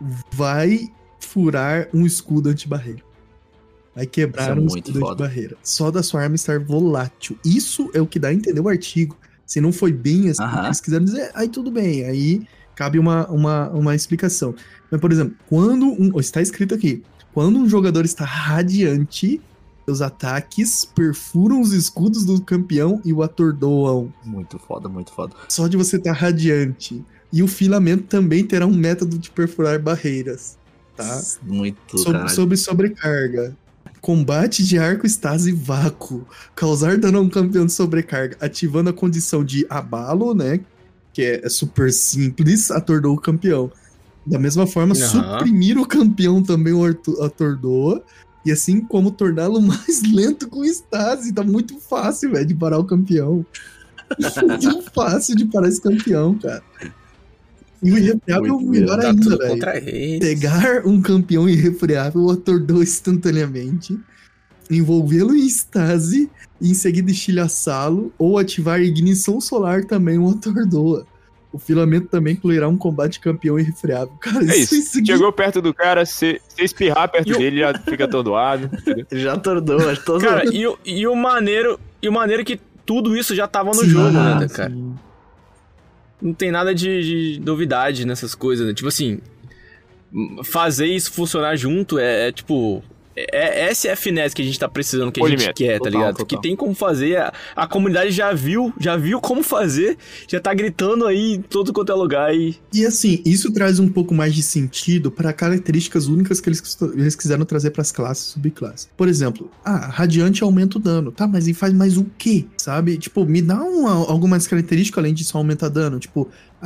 D: vai furar um escudo antibarreira. Vai quebrar um escudo antibarreira. Só da sua arma estar volátil. Isso é o que dá a entender o artigo. Se não foi bem assim, eles quiseram dizer, aí tudo bem, aí cabe uma explicação. Mas, por exemplo, está escrito aqui, quando um jogador está radiante, seus ataques perfuram os escudos do campeão e o atordoam.
B: Muito foda, muito foda.
D: Só de você estar radiante. E o filamento também terá um método de perfurar barreiras, tá?
B: Muito
D: sobre sobrecarga. Combate de arco, estase e vácuo. Causar dano a um campeão de sobrecarga, ativando a condição de abalo, né? Que é super simples, atordou o campeão. Da mesma forma, suprimir o campeão também o atordoa. E assim como torná-lo mais lento com estase. Tá muito fácil, velho, de parar o campeão. Muito fácil de parar esse campeão, cara. E o irrefreável é melhor ainda, velho. Pegar um campeão irrefreável, atordoa instantaneamente, envolvê-lo em estase e em seguida estilhaçá-lo, ou ativar ignição solar também o atordoa. O filamento também incluirá um combate campeão irrefreável. Cara,
C: é isso. Chegou perto do cara, se espirrar perto dele, já fica atordoado.
B: Já atordoou, acho que
A: cara, e o maneiro é que tudo isso já tava no jogo, né, cara? Sim. Não tem nada de novidade nessas coisas, né? Tipo assim, fazer isso funcionar junto tipo... Essa é a finesse que a gente tá precisando, que a gente quer, tá ligado? Total. Que tem como fazer, a comunidade já viu como fazer, já tá gritando aí em todo quanto é lugar. E
D: assim, isso traz um pouco mais de sentido para características únicas que eles quiseram trazer pras classes e subclasses. Por exemplo, Radiante aumenta o dano, tá? Mas ele faz mais o quê? Sabe? Tipo, me dá algo mais característico além de só aumentar dano. Tipo,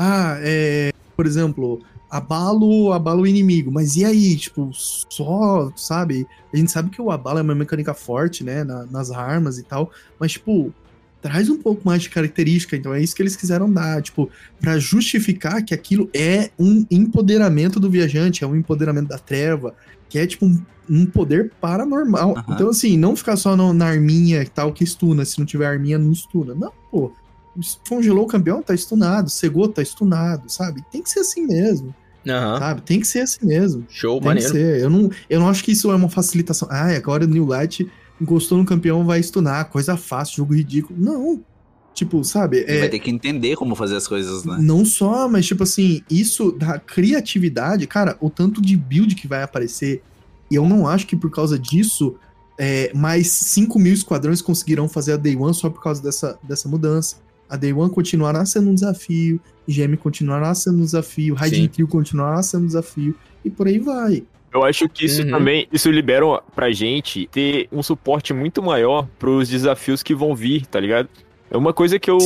D: por exemplo... Abalo o inimigo, mas e aí, tipo, só, sabe? A gente sabe que o abalo é uma mecânica forte, né, nas armas e tal, mas, tipo, traz um pouco mais de característica, então é isso que eles quiseram dar, tipo, pra justificar que aquilo é um empoderamento do viajante, é um empoderamento da treva, que é, tipo, um poder paranormal. Então, assim, não ficar só na arminha e tal, que stuna, se não tiver arminha, não stuna. Não, pô. Congelou o campeão, tá stunado. Cegou, tá stunado, sabe? Tem que ser assim mesmo. Sabe? Tem que ser assim mesmo.
A: Show,
D: tem
A: maneiro.
D: Que ser. Eu não acho que isso é uma facilitação. Agora o New Light encostou no campeão, vai stunar. Coisa fácil, jogo ridículo. Não. Tipo, sabe?
B: Vai ter que entender como fazer as coisas, né?
D: Não só, mas tipo assim, isso da criatividade, cara, o tanto de build que vai aparecer. E eu não acho que por causa disso, mais 5 mil esquadrões conseguirão fazer a Day One só por causa dessa mudança. A Day One continuará sendo um desafio, IGM continuará sendo um desafio, Raiden Trio continuará sendo um desafio, e por aí vai.
C: Eu acho que isso também, isso libera pra gente ter um suporte muito maior pros desafios que vão vir, tá ligado? É uma coisa que eu...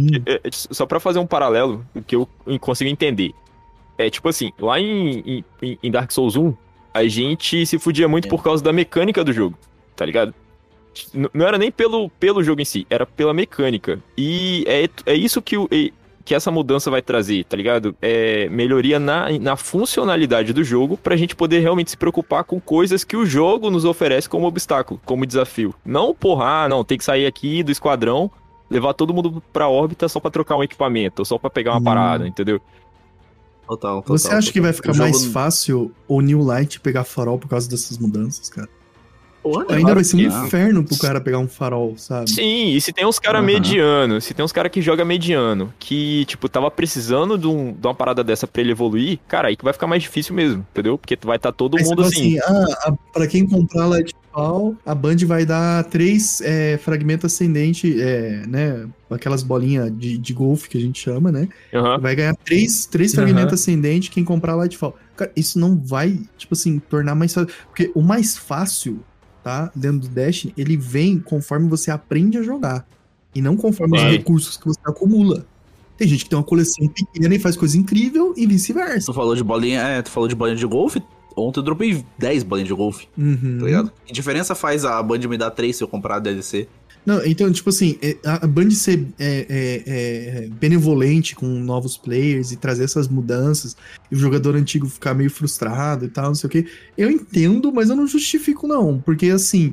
C: só pra fazer um paralelo, que eu consigo entender. É tipo assim, lá em Dark Souls 1, a gente se fudia muito por causa da mecânica do jogo, tá ligado? Não era nem pelo jogo em si, era pela mecânica. E é isso que essa mudança vai trazer, tá ligado? Melhoria na funcionalidade do jogo pra gente poder realmente se preocupar com coisas que o jogo nos oferece como obstáculo, como desafio. Não, tem que sair aqui do esquadrão, levar todo mundo pra órbita só pra trocar um equipamento, ou só pra pegar uma parada, entendeu?
B: Total.
D: Você acha que vai ficar mais fácil o New Light pegar farol por causa dessas mudanças, cara? Ainda vai ser um inferno pro cara pegar um farol, sabe?
C: Sim, e se tem uns caras medianos, se tem uns caras que joga mediano, que, tipo, tava precisando de uma parada dessa pra ele evoluir, cara, aí que vai ficar mais difícil mesmo, entendeu? Porque vai estar todo mundo assim.
D: Pra quem comprar Lightfall, a Band vai dar 3 fragmentos ascendentes, né? Aquelas bolinhas de golfe que a gente chama, né? Vai ganhar 3 fragmentos ascendentes quem comprar Lightfall. Cara, isso não vai, tipo assim, tornar mais fácil. Porque o mais fácil, tá? Dentro do Destiny, ele vem conforme você aprende a jogar. E não conforme os recursos que você acumula. Tem gente que tem uma coleção pequena e faz coisa incrível e vice-versa.
B: Tu falou de bolinha de golfe? Ontem eu dropei 10 bolinhas de golfe. Tá ligado? Que diferença faz a Band me dar 3 se eu comprar a DLC?
D: Não, então, tipo assim, a Band ser benevolente com novos players e trazer essas mudanças, e o jogador antigo ficar meio frustrado e tal, não sei o quê, eu entendo, mas eu não justifico não, porque assim,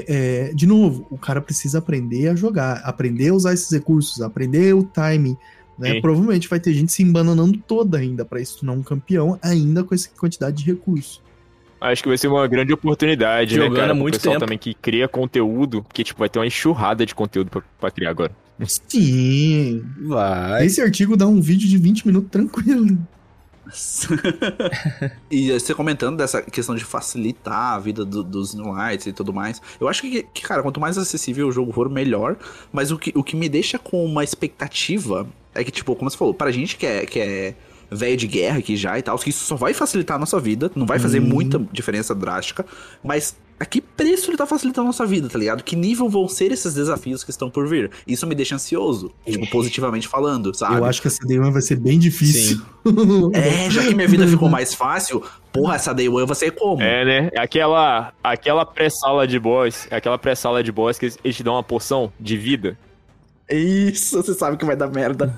D: de novo, o cara precisa aprender a jogar, aprender a usar esses recursos, aprender o timing, né? Provavelmente vai ter gente se embananando toda ainda pra se tornar um campeão, ainda com essa quantidade de recursos.
C: Acho que vai ser uma grande oportunidade,
A: Jogando
C: né, cara?
A: há muito
C: O pessoal
A: tempo.
C: também que cria conteúdo, que, tipo, vai ter uma enxurrada de conteúdo pra criar agora.
D: Sim.
A: Vai.
D: Esse artigo dá um vídeo de 20 minutos tranquilo.
B: E você comentando dessa questão de facilitar a vida dos New Lights e tudo mais, eu acho que, cara, quanto mais acessível o jogo for, melhor. Mas o que me deixa com uma expectativa é que, tipo, como você falou, pra gente que é velho de guerra aqui já e tal, que isso só vai facilitar a nossa vida, não vai fazer muita diferença drástica, mas a que preço ele tá facilitando a nossa vida, tá ligado? Que nível vão ser esses desafios que estão por vir? Isso me deixa ansioso, tipo, positivamente falando, sabe?
D: Eu acho que essa Day One vai ser bem difícil.
B: Já que minha vida ficou mais fácil, porra, essa Day One vai ser como?
C: É, né? Aquela pré-sala de boss, que eles te dão uma poção de vida.
B: Isso, você sabe que vai dar merda.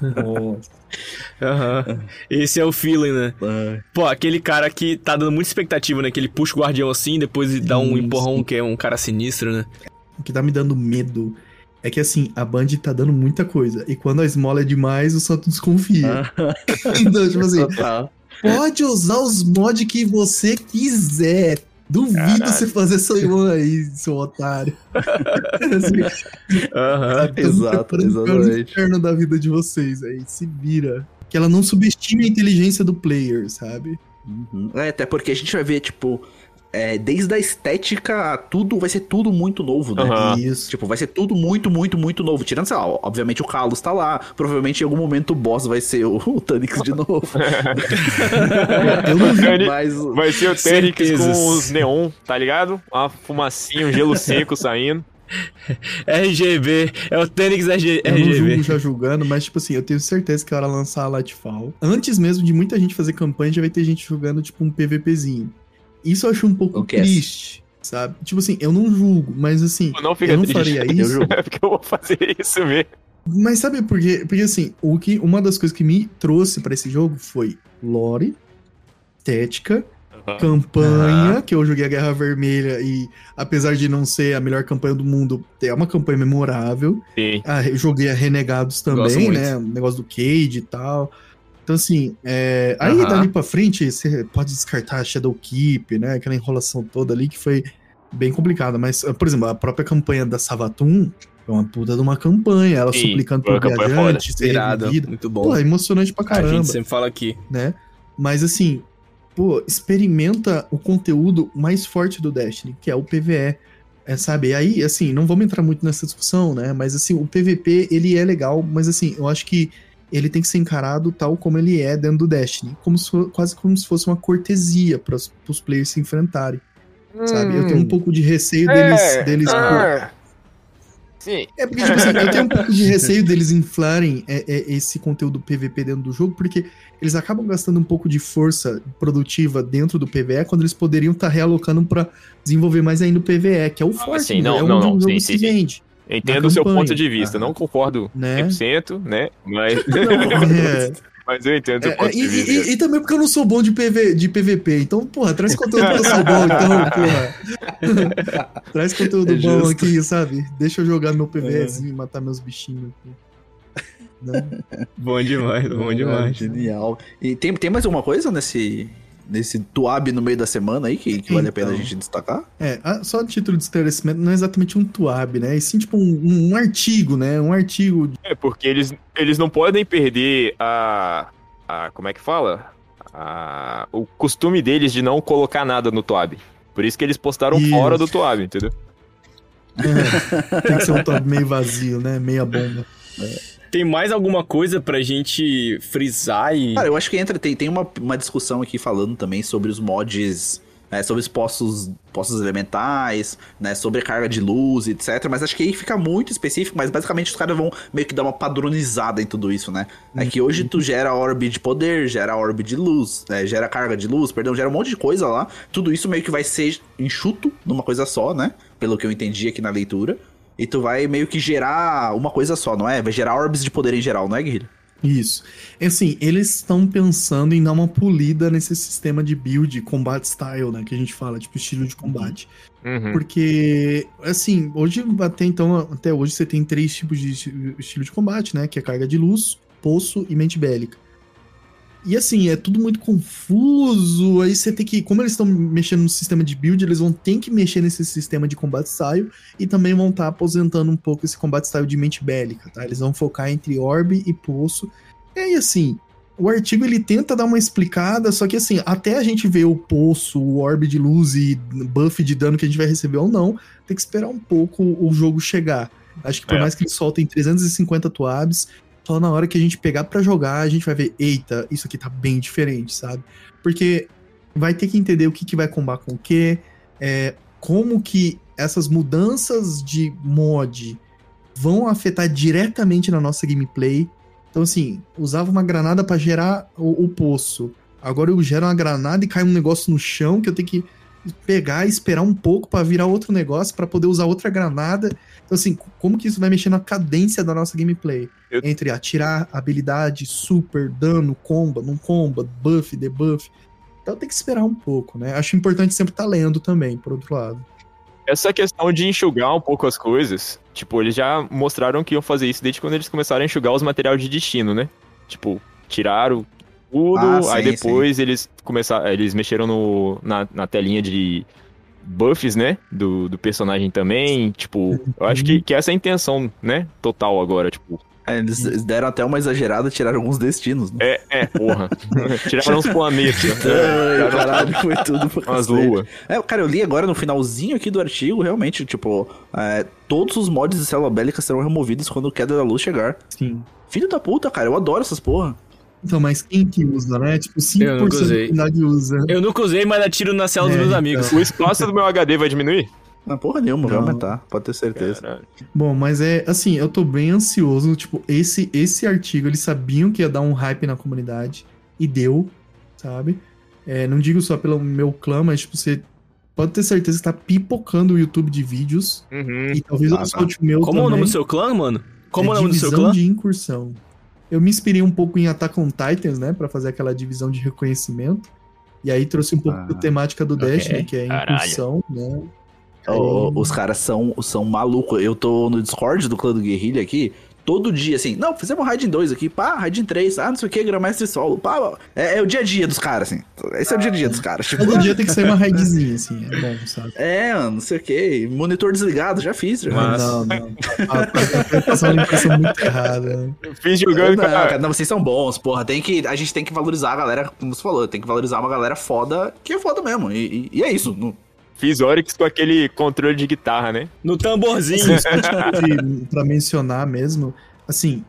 A: Esse é o feeling, né? Pô, aquele cara que tá dando muita expectativa, né? Que ele puxa o guardião assim, depois dá um empurrão, que é um cara sinistro, né?
D: O que tá me dando medo é que, assim, a Band tá dando muita coisa. E quando a esmola é demais, o Santo desconfia. Então, tipo assim, pode usar os mods que você quiser. Duvido você fazer essa Iwan aí, seu otário.
B: Exato, exatamente.
D: O inferno da vida de vocês aí, se vira. Que ela não subestime a inteligência do player, sabe?
B: Até porque a gente vai ver, tipo, desde a estética, vai ser tudo muito novo, né?
D: Isso.
B: Tipo, vai ser tudo muito, muito, muito novo. Tirando, sei lá, obviamente o Kalos tá lá. Provavelmente em algum momento o boss vai ser o Tânix de novo.
D: Eu não vi.
B: Mas
C: Vai ser o Tênix com os neon, tá ligado? Uma fumacinha, um gelo seco saindo.
A: RGB, é o Tênix RGB.
D: Eu não julgo já julgando, mas tipo assim, eu tenho certeza que a hora lançar a Lightfall, antes mesmo de muita gente fazer campanha, já vai ter gente jogando tipo um PVPzinho. Isso eu acho um pouco triste, sabe? Tipo assim, eu não julgo, mas assim, eu não faria isso.
C: É porque eu vou fazer isso mesmo.
D: Mas sabe por quê? Porque assim, uma das coisas que me trouxe pra esse jogo foi lore, estética, campanha, que eu joguei a Guerra Vermelha e apesar de não ser a melhor campanha do mundo, é uma campanha memorável.
C: Sim.
D: Eu joguei a Renegados também, né? O negócio do Cade e tal. Então, assim, aí dali pra frente, você pode descartar a Shadowkeep, né? Aquela enrolação toda ali que foi bem complicada. Mas, por exemplo, a própria campanha da Savathûn é uma puta de uma campanha. Ela suplicando pro viajante, ser revivido.
A: Muito bom.
D: Pô, é emocionante pra caramba.
A: A gente sempre fala aqui.
D: Né? Mas, assim, experimenta o conteúdo mais forte do Destiny, que é o PvE. Sabe? Aí, assim, não vamos entrar muito nessa discussão, né? Mas, assim, o PvP, ele é legal, mas, assim, eu acho que ele tem que ser encarado tal como ele é dentro do Destiny. Quase como se fosse uma cortesia para os players se enfrentarem. Sabe? Eu tenho um pouco de receio deles
C: Sim.
D: porque, tipo assim, eu tenho um pouco de receio deles inflarem esse conteúdo PVP dentro do jogo, porque eles acabam gastando um pouco de força produtiva dentro do PvE, quando eles poderiam estar realocando para desenvolver mais ainda o PvE, que é o forte,
C: sim,
D: é onde o jogo se vende.
C: Entendo o seu ponto de vista, não concordo 100%, né? Mas... Mas eu entendo o seu ponto de vista.
D: E também porque eu não sou bom de PVP, então, porra, traz conteúdo que eu sou bom, então, porra. Traz conteúdo bom aqui, sabe? Deixa eu jogar meu PVEzinho e matar meus bichinhos aqui. Né?
A: Bom demais, bom demais.
B: Genial. E tem mais alguma coisa nesse tuab no meio da semana aí que vale a pena a gente destacar?
D: Só a título de esclarecimento, não é exatamente um tuab, né? E sim, tipo, um artigo, né? Um artigo.
C: Porque eles não podem perder como é que fala? O costume deles de não colocar nada no tuab. Por isso que eles postaram fora do tuab, entendeu?
D: Tem que ser um tuab meio vazio, né? Meia bomba.
A: Tem mais alguma coisa pra gente frisar e...
B: Cara, eu acho que tem uma discussão aqui falando também sobre os mods, sobre os poços elementais, né, sobre a carga de luz, etc. Mas acho que aí fica muito específico, mas basicamente os caras vão meio que dar uma padronizada em tudo isso, né? É que hoje tu gera orb de poder, gera orb de luz, gera carga de luz, gera um monte de coisa lá. Tudo isso meio que vai ser enxuto numa coisa só, né? Pelo que eu entendi aqui na leitura. E tu vai meio que gerar uma coisa só, não é? Vai gerar orbs de poder em geral, não é, Guerrilha?
D: Isso. Assim, eles estão pensando em dar uma polida nesse sistema de build, combat style, né? Que a gente fala, tipo, estilo de combate. Porque, assim, até hoje você tem 3 tipos de estilo de combate, né? Que é carga de luz, Poço e Mente Bélica. E assim, é tudo muito confuso, aí você tem que, como eles estão mexendo no sistema de build, eles vão ter que mexer nesse sistema de combate style, e também vão estar aposentando um pouco esse combate style de Mente Bélica, tá? Eles vão focar entre Orb e Poço. E aí assim, o artigo ele tenta dar uma explicada, só que assim, até a gente ver o Poço, o Orb de luz e buff de dano que a gente vai receber ou não, tem que esperar um pouco o jogo chegar. Acho que por mais que eles soltem 350 tuabs, só na hora que a gente pegar pra jogar, a gente vai ver, eita, isso aqui tá bem diferente, sabe? Porque vai ter que entender o que vai combar com o quê, como que essas mudanças de mod vão afetar diretamente na nossa gameplay. Então assim, usava uma granada pra gerar o poço. Agora eu gero uma granada e cai um negócio no chão que eu tenho que pegar e esperar um pouco pra virar outro negócio pra poder usar outra granada. Então assim, como que isso vai mexer na cadência da nossa gameplay? Entre atirar, habilidade, super, dano, comba, não comba, buff, debuff. Então tem que esperar um pouco, né? Acho importante sempre estar lendo também, por outro lado.
C: Essa questão de enxugar um pouco as coisas, tipo, eles já mostraram que iam fazer isso desde quando eles começaram a enxugar os materiais de destino, né? Tipo, tiraram tudo, aí depois eles mexeram na telinha de buffs, né? Do personagem também, tipo, eu acho que essa é a intenção, né? Total agora, tipo...
B: Eles deram até uma exagerada, tiraram alguns destinos, né?
C: Porra. Tiraram uns planetas.
B: Caralho, foi tudo por
C: umas luas.
B: Cara, eu li agora no finalzinho aqui do artigo, realmente, tipo, todos os mods de célula bélica serão removidos quando o Queda da Luz chegar.
D: Sim.
B: Filho da puta, cara, eu adoro essas porra.
D: Então, mas quem que usa, né? Tipo, 5% da comunidade usa.
A: Eu nunca usei, mas atiro na célula dos meus amigos.
C: O espaço do meu HD vai diminuir?
B: Não, porra nenhuma, vai aumentar, pode ter certeza.
C: Caralho.
D: Bom, mas assim, eu tô bem ansioso, tipo, esse artigo, eles sabiam que ia dar um hype na comunidade, e deu, sabe? Não digo só pelo meu clã, mas, tipo, você pode ter certeza que tá pipocando o YouTube de vídeos, e talvez eu solte o meu
A: Como
D: também.
A: o nome do seu clã, mano? Como o nome do seu
D: Divisão
A: clã?
D: de incursão. Eu me inspirei um pouco em Attack on Titans, né, pra fazer aquela divisão de reconhecimento, e aí trouxe um pouco da temática do Destiny, que é incursão, né?
B: Os caras são malucos. Eu tô no Discord do clã do Guerrilha aqui, todo dia, assim, não, fizemos raid em 2 aqui, pá, raid em 3, não sei o que, Grandmestre Solo, pá, é o dia a dia dos caras, assim, esse é o dia a dia dos caras. Tipo,
D: todo dia tem que sair uma raidzinha, assim, é bom, sabe?
B: Não sei o que, monitor desligado, já fiz.
D: Não. A interpretação é uma impressão muito errada.
C: Eu fiz jogando, cara.
B: Não, vocês são bons, porra, a gente tem que valorizar a galera, como você falou, tem que valorizar uma galera foda, que é foda mesmo, e é isso,
C: Fiz Oryx com aquele controle de guitarra, né?
A: No tamborzinho.
D: Pra mencionar mesmo, assim,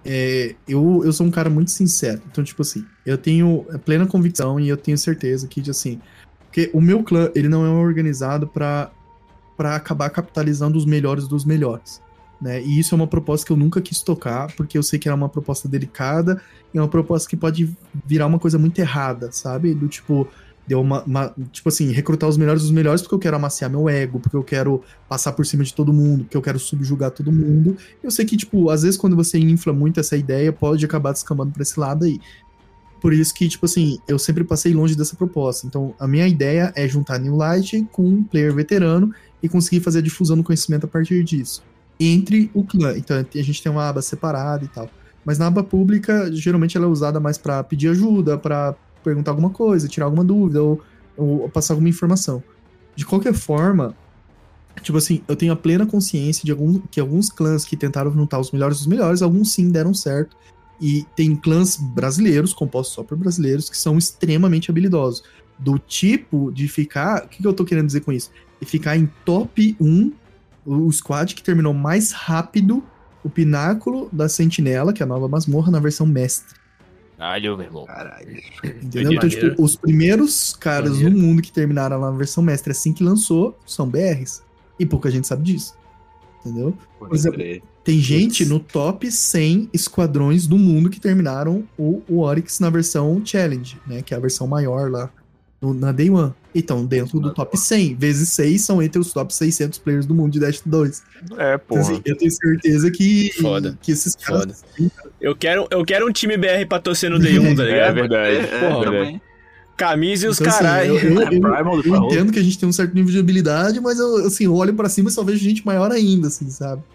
D: eu sou um cara muito sincero. Então, tipo assim, eu tenho plena convicção e eu tenho certeza que, assim, porque o meu clã, ele não é organizado pra acabar capitalizando os melhores dos melhores, né? E isso é uma proposta que eu nunca quis tocar, porque eu sei que era uma proposta delicada e é uma proposta que pode virar uma coisa muito errada, sabe? Do tipo... Deu tipo assim, recrutar os melhores dos melhores porque eu quero amaciar meu ego, porque eu quero passar por cima de todo mundo, porque eu quero subjugar todo mundo. Eu sei que, tipo, às vezes quando você infla muito essa ideia, pode acabar descambando pra esse lado aí. Por isso que, tipo assim, eu sempre passei longe dessa proposta. Então, a minha ideia é juntar New Light com um player veterano e conseguir fazer a difusão do conhecimento a partir disso. Entre o clã. Então, a gente tem uma aba separada e tal. Mas na aba pública, geralmente ela é usada mais pra pedir ajuda, pra perguntar alguma coisa, tirar alguma dúvida ou passar alguma informação. De qualquer forma, tipo assim, eu tenho a plena consciência de que alguns clãs que tentaram juntar os melhores dos melhores, alguns sim deram certo. E tem clãs brasileiros, compostos só por brasileiros, que são extremamente habilidosos. Do tipo de ficar... O que eu tô querendo dizer com isso? De ficar em top 1, o squad que terminou mais rápido o Pináculo da Sentinela, que é a nova masmorra, na versão mestre.
C: Caralho, meu irmão.
B: Caralho.
D: Entendeu? Então, tipo, os primeiros caras no mundo que terminaram lá na versão mestre assim que lançou são BRs. E pouca gente sabe disso. Entendeu? Por exemplo, tem gente no top 100 esquadrões do mundo que terminaram o Oryx na versão Challenge, né? Que é a versão maior lá na Day One. Então, dentro do top 100, vezes 6 são entre os top 600 players do mundo de Destiny 2.
C: Porra.
D: Então, assim, eu tenho certeza que esses caras...
A: Eu quero um time BR pra torcer no Day 1, tá ligado?
C: É verdade.
A: Porra, camisa e os
D: então,
A: caralho.
D: Assim, eu entendo que a gente tem um certo nível de habilidade, mas eu olho pra cima e só vejo gente maior ainda, assim, sabe?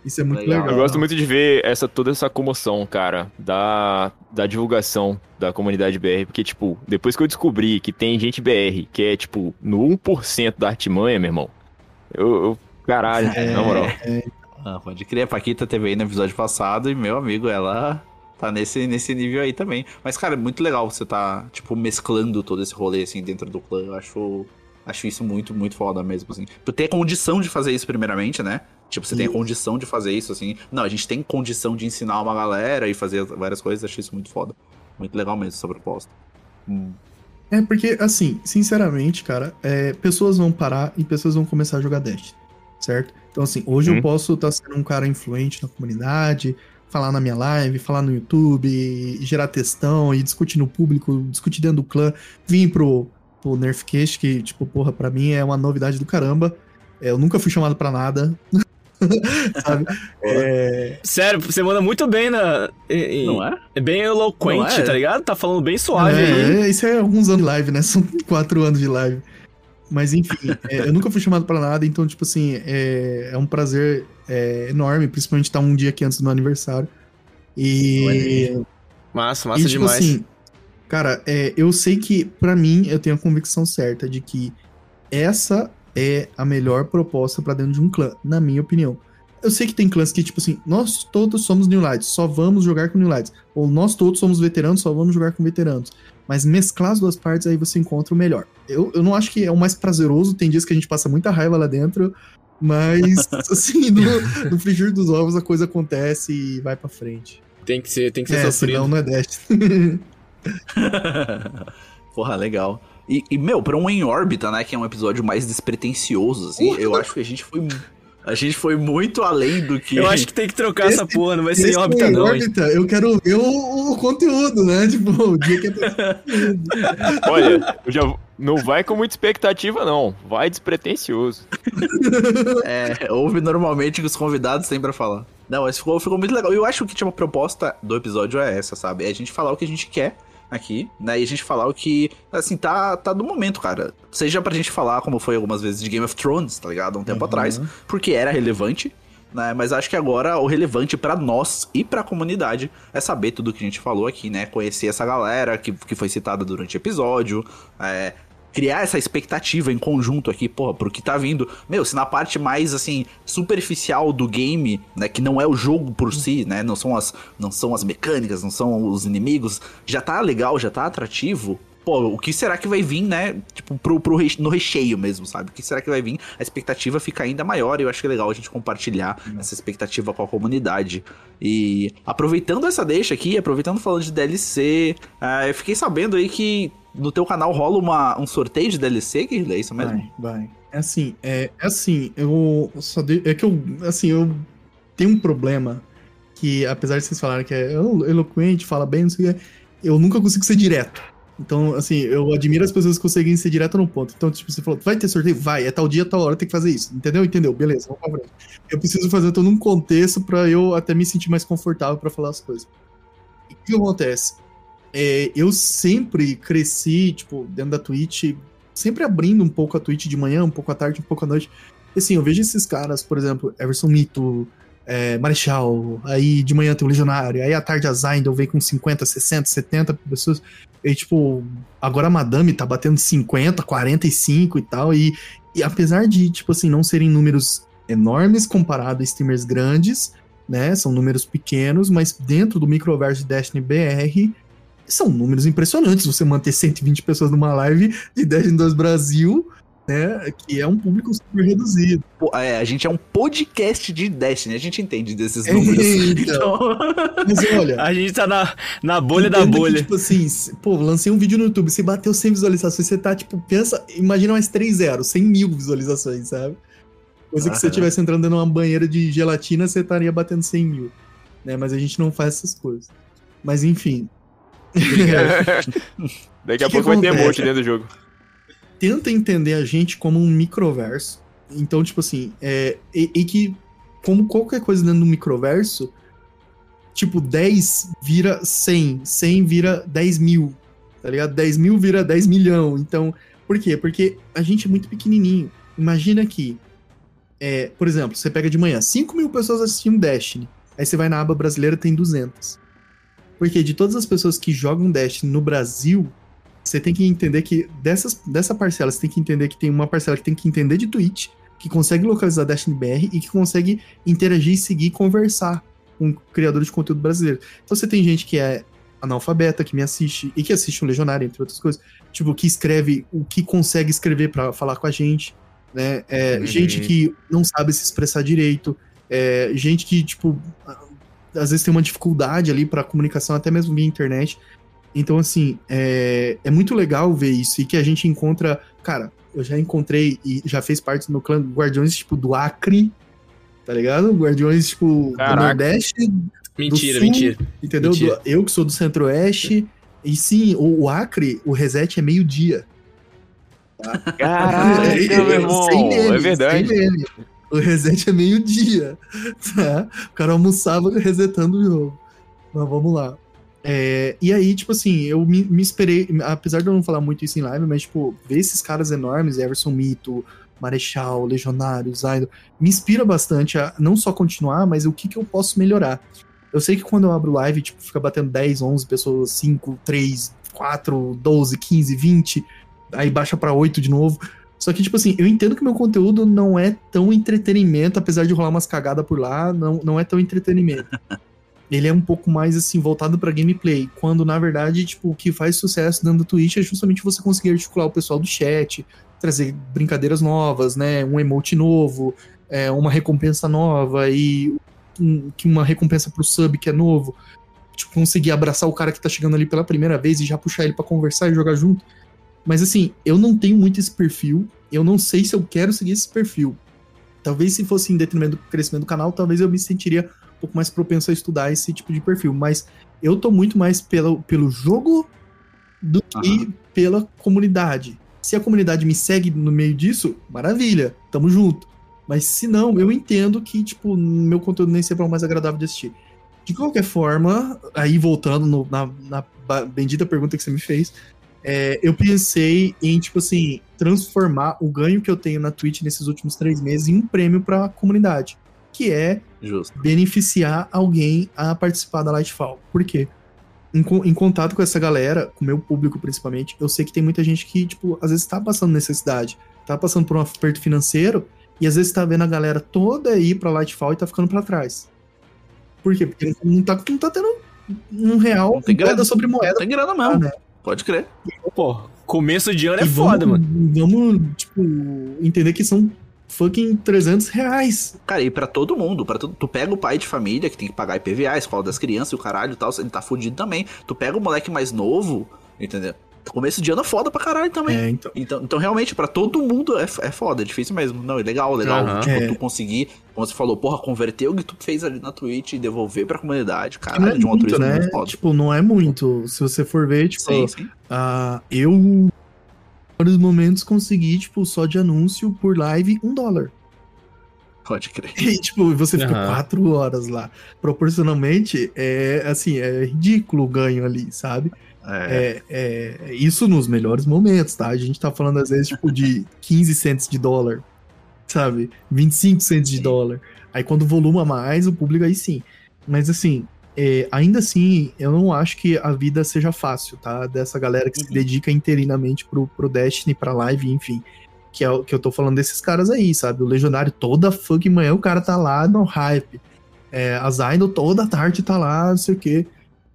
D: Isso é muito
B: Legal.
D: legal.
C: Eu gosto muito de ver toda essa comoção, cara, da divulgação da comunidade BR, porque, tipo, depois que eu descobri que tem gente BR que é, tipo, no 1% da artimanha, meu irmão, caralho, na moral.
B: Pode crer, a Paquita teve aí no episódio passado e, meu amigo, ela tá nesse nível aí também. Mas, cara, é muito legal você tá, tipo, mesclando todo esse rolê, assim, dentro do clã. Eu acho isso muito, muito foda mesmo, assim. Tu ter a condição de fazer isso primeiramente, né? Tipo, você tem a condição de fazer isso, assim. Não, a gente tem condição de ensinar uma galera e fazer várias coisas. Acho isso muito foda. Muito legal mesmo essa proposta.
D: É porque, assim, sinceramente, cara, pessoas vão parar e pessoas vão começar a jogar Destiny, certo? Então, assim, hoje eu posso estar sendo um cara influente na comunidade, falar na minha live, falar no YouTube, gerar textão e discutir no público, discutir dentro do clã, vir pro Nerfcast, que, tipo, porra, pra mim é uma novidade do caramba. Eu nunca fui chamado pra nada. Sabe?
A: Sério, você manda muito bem
B: Não é?
A: É bem eloquente,
B: Não é?
A: Tá ligado? Tá falando bem suave aí.
D: Isso é alguns anos de live, né? São 4 anos de live. Mas enfim, eu nunca fui chamado pra nada, então, tipo assim, é um prazer enorme, principalmente estar um dia aqui antes do meu aniversário. E.
A: Massa
D: tipo
A: demais.
D: Assim, cara, eu sei que, pra mim, eu tenho a convicção certa de que essa é a melhor proposta pra dentro de um clã, na minha opinião. Eu sei que tem clãs que, tipo assim, nós todos somos New Lights, só vamos jogar com New Lights. Ou nós todos somos veteranos, só vamos jogar com veteranos. Mas mesclar as duas partes, aí você encontra o melhor. Eu não acho que é o mais prazeroso, tem dias que a gente passa muita raiva lá dentro, mas, assim, no frigir dos ovos a coisa acontece e vai pra frente.
A: Tem que ser sofrido.
D: Senão não é Destiny.
B: Porra, legal. E, meu, pra um Em Órbita, né, que é um episódio mais despretensioso, assim, eu acho que a gente foi muito além do que...
A: Eu acho que tem que trocar essa porra, não vai ser Em Órbita, não.
D: Órbita, eu quero ver o conteúdo, né? Tipo, o dia que
C: Olha, não vai com muita expectativa, não. Vai despretensioso.
B: Ouve normalmente o que os convidados têm pra falar. Não, mas ficou muito legal. Eu acho que, tipo, a proposta do episódio é essa, sabe? É a gente falar o que a gente quer aqui, né? E a gente falar o que, assim, tá do momento, cara. Seja pra gente falar, como foi algumas vezes, de Game of Thrones, tá ligado? Há um tempo atrás, porque era relevante, né? Mas acho que agora o relevante pra nós e pra comunidade é saber tudo que a gente falou aqui, né? Conhecer essa galera que foi citada durante o episódio, criar essa expectativa em conjunto aqui, porra, pro que tá vindo. Meu, se na parte mais, assim, superficial do game, né, que não é o jogo por si, né, não são as mecânicas, não são os inimigos, já tá legal, já tá atrativo, pô, o que será que vai vir, né, tipo, no recheio mesmo, sabe? O que será que vai vir? A expectativa fica ainda maior e eu acho que é legal a gente compartilhar essa expectativa com a comunidade. E aproveitando essa deixa aqui, aproveitando falando de DLC, eu fiquei sabendo aí que no teu canal rola um sorteio de DLC, Guilherme? É isso mesmo?
D: Vai. Eu tenho um problema que, apesar de vocês falarem que é eloquente, fala bem, não sei o que, eu nunca consigo ser direto. Então, assim, eu admiro as pessoas que conseguem ser direto no ponto. Então, tipo, você falou, vai ter sorteio? Vai, é tal dia, tal hora, tem que fazer isso. Entendeu? Beleza, vamos pra frente. Eu preciso fazer todo um contexto pra eu até me sentir mais confortável pra falar as coisas. E o que acontece? Eu sempre cresci, tipo, dentro da Twitch, sempre abrindo um pouco a Twitch de manhã, um pouco à tarde, um pouco à noite. E assim, eu vejo esses caras, por exemplo, Everson Mito, Marechal, aí de manhã tem o Legionário, aí à tarde a Zayndel veio com 50, 60, 70 pessoas. E tipo, agora a Madame tá batendo 50, 45 e tal. E apesar de, tipo assim, não serem números enormes comparado a streamers grandes, né? São números pequenos, mas dentro do microverso de Destiny BR, são números impressionantes. Você manter 120 pessoas numa live de Destiny 2 Brasil, né? Que é um público super reduzido.
B: Pô, a gente é um podcast de Destiny, a gente entende desses números. Então...
D: Mas olha...
A: A gente tá na bolha da bolha.
D: Que, tipo assim, pô, lancei um vídeo no YouTube, você bateu 100 visualizações, você tá, tipo, imagina mais 3 zeros, 100 mil visualizações, sabe? Coisa que se você estivesse entrando dentro de uma banheira de gelatina, você estaria batendo 100 mil. Né? Mas a gente não faz essas coisas. Mas enfim...
C: Daqui a pouco vai ter emote dentro do jogo.
D: Tenta entender a gente como um microverso. Então, tipo assim, e que, como qualquer coisa dentro do microverso, tipo, 10 vira 100, 100 vira 10 mil, tá ligado? 10 mil vira 10 milhão. Então, por quê? Porque a gente é muito pequenininho. Imagina que por exemplo, você pega de manhã, 5.000 pessoas assistindo Destiny. Aí você vai na aba brasileira, tem 200. Porque de todas as pessoas que jogam Destiny no Brasil, você tem que entender que dessa parcela, você tem que entender que tem uma parcela que tem que entender de Twitch, que consegue localizar Destiny BR e que consegue interagir, seguir e conversar com criadores de conteúdo brasileiro. Então você tem gente que é analfabeta, que me assiste, e que assiste o Legionário, entre outras coisas, tipo, que escreve o que consegue escrever pra falar com a gente, né? Gente que não sabe se expressar direito, gente que, tipo, às vezes tem uma dificuldade ali pra comunicação, até mesmo via internet. Então, assim, é muito legal ver isso, e que a gente encontra... Cara, eu já encontrei e já fez parte do meu clã Guardiões, tipo, do Acre, tá ligado? Guardiões, tipo, do Nordeste,
B: Mentira,
D: do Sul,
B: mentira.
D: entendeu?
B: Mentira.
D: Eu que sou do Centro-Oeste, e sim, o Acre, o reset é meio-dia.
C: Caraca, meu irmão,
D: Sem meme,
C: é verdade.
D: sem meme. O reset é meio-dia, tá? O cara almoçava resetando o jogo. Mas vamos lá. E aí, tipo assim, eu me esperei, apesar de eu não falar muito isso em live, mas, tipo, ver esses caras enormes, Everson Mito, Marechal, Legionário, Zaido, me inspira bastante a não só continuar, mas o que eu posso melhorar. Eu sei que quando eu abro live, tipo, fica batendo 10, 11 pessoas, 5, 3, 4, 12, 15, 20, aí baixa pra 8 de novo. Só que, tipo assim, eu entendo que meu conteúdo não é tão entretenimento, apesar de rolar umas cagadas por lá, não é tão entretenimento. Ele é um pouco mais, assim, voltado pra gameplay, quando, na verdade, tipo, o que faz sucesso dentro do Twitch é justamente você conseguir articular o pessoal do chat, trazer brincadeiras novas, né, um emote novo, uma recompensa nova e uma recompensa pro sub que é novo, tipo, conseguir abraçar o cara que tá chegando ali pela primeira vez e já puxar ele pra conversar e jogar junto. Mas assim, eu não tenho muito esse perfil, eu não sei se eu quero seguir esse perfil. Talvez se fosse em detrimento do crescimento do canal, talvez eu me sentiria um pouco mais propenso a estudar esse tipo de perfil, mas eu tô muito mais pelo jogo do que pela comunidade. Se a comunidade me segue no meio disso, maravilha, tamo junto. Mas se não, eu entendo que, tipo, meu conteúdo nem sempre é o mais agradável de assistir. De qualquer forma, aí voltando na bendita pergunta que você me fez, eu pensei em, tipo assim, transformar o ganho que eu tenho na Twitch nesses últimos 3 meses em um prêmio pra comunidade, que é beneficiar alguém a participar da Lightfall. Por quê? Em contato com essa galera, com o meu público principalmente, eu sei que tem muita gente que, tipo, às vezes tá passando necessidade, tá passando por um aperto financeiro, e às vezes tá vendo a galera toda aí pra Lightfall e tá ficando pra trás. Por quê? Porque não tá tendo um real,
B: não tem grana
D: sobre moeda.
B: Não tem grana mesmo,
D: né?
B: Pode crer.
A: Pô, começo de ano é foda, mano.
D: Vamos, tipo, entender que são fucking R$300.
B: Cara, e pra todo mundo, tu pega o pai de família que tem que pagar IPVA, a escola das crianças e o caralho e tal, ele tá fudido também. Tu pega o moleque mais novo, entendeu? Começo de ano é foda pra caralho também. Então realmente, pra todo mundo é foda, é difícil mesmo. Não, é legal. Tipo, tu conseguir, como você falou, porra, converter o que tu fez ali na Twitch e devolver pra comunidade, caralho,
D: de um altruísmo muito foda. Tipo, não é muito. Se você for ver, tipo, sim. Eu, em vários momentos, consegui, tipo, só de anúncio por live $1.
B: Pode crer.
D: E, tipo, você fica 4 horas lá. Proporcionalmente, é ridículo o ganho ali, sabe? Isso nos melhores momentos, tá? A gente tá falando, às vezes, tipo, de 15 cents de dólar, sabe? 25 cents de dólar. Aí, quando voluma mais, o público aí sim. Mas, assim, ainda assim, eu não acho que a vida seja fácil, tá? Dessa galera que se dedica interinamente pro Destiny, pra live, enfim. Que é o que eu tô falando desses caras aí, sabe? O Legionário, toda fucking manhã, o cara tá lá no hype. A Zaido, toda tarde tá lá, não sei o quê.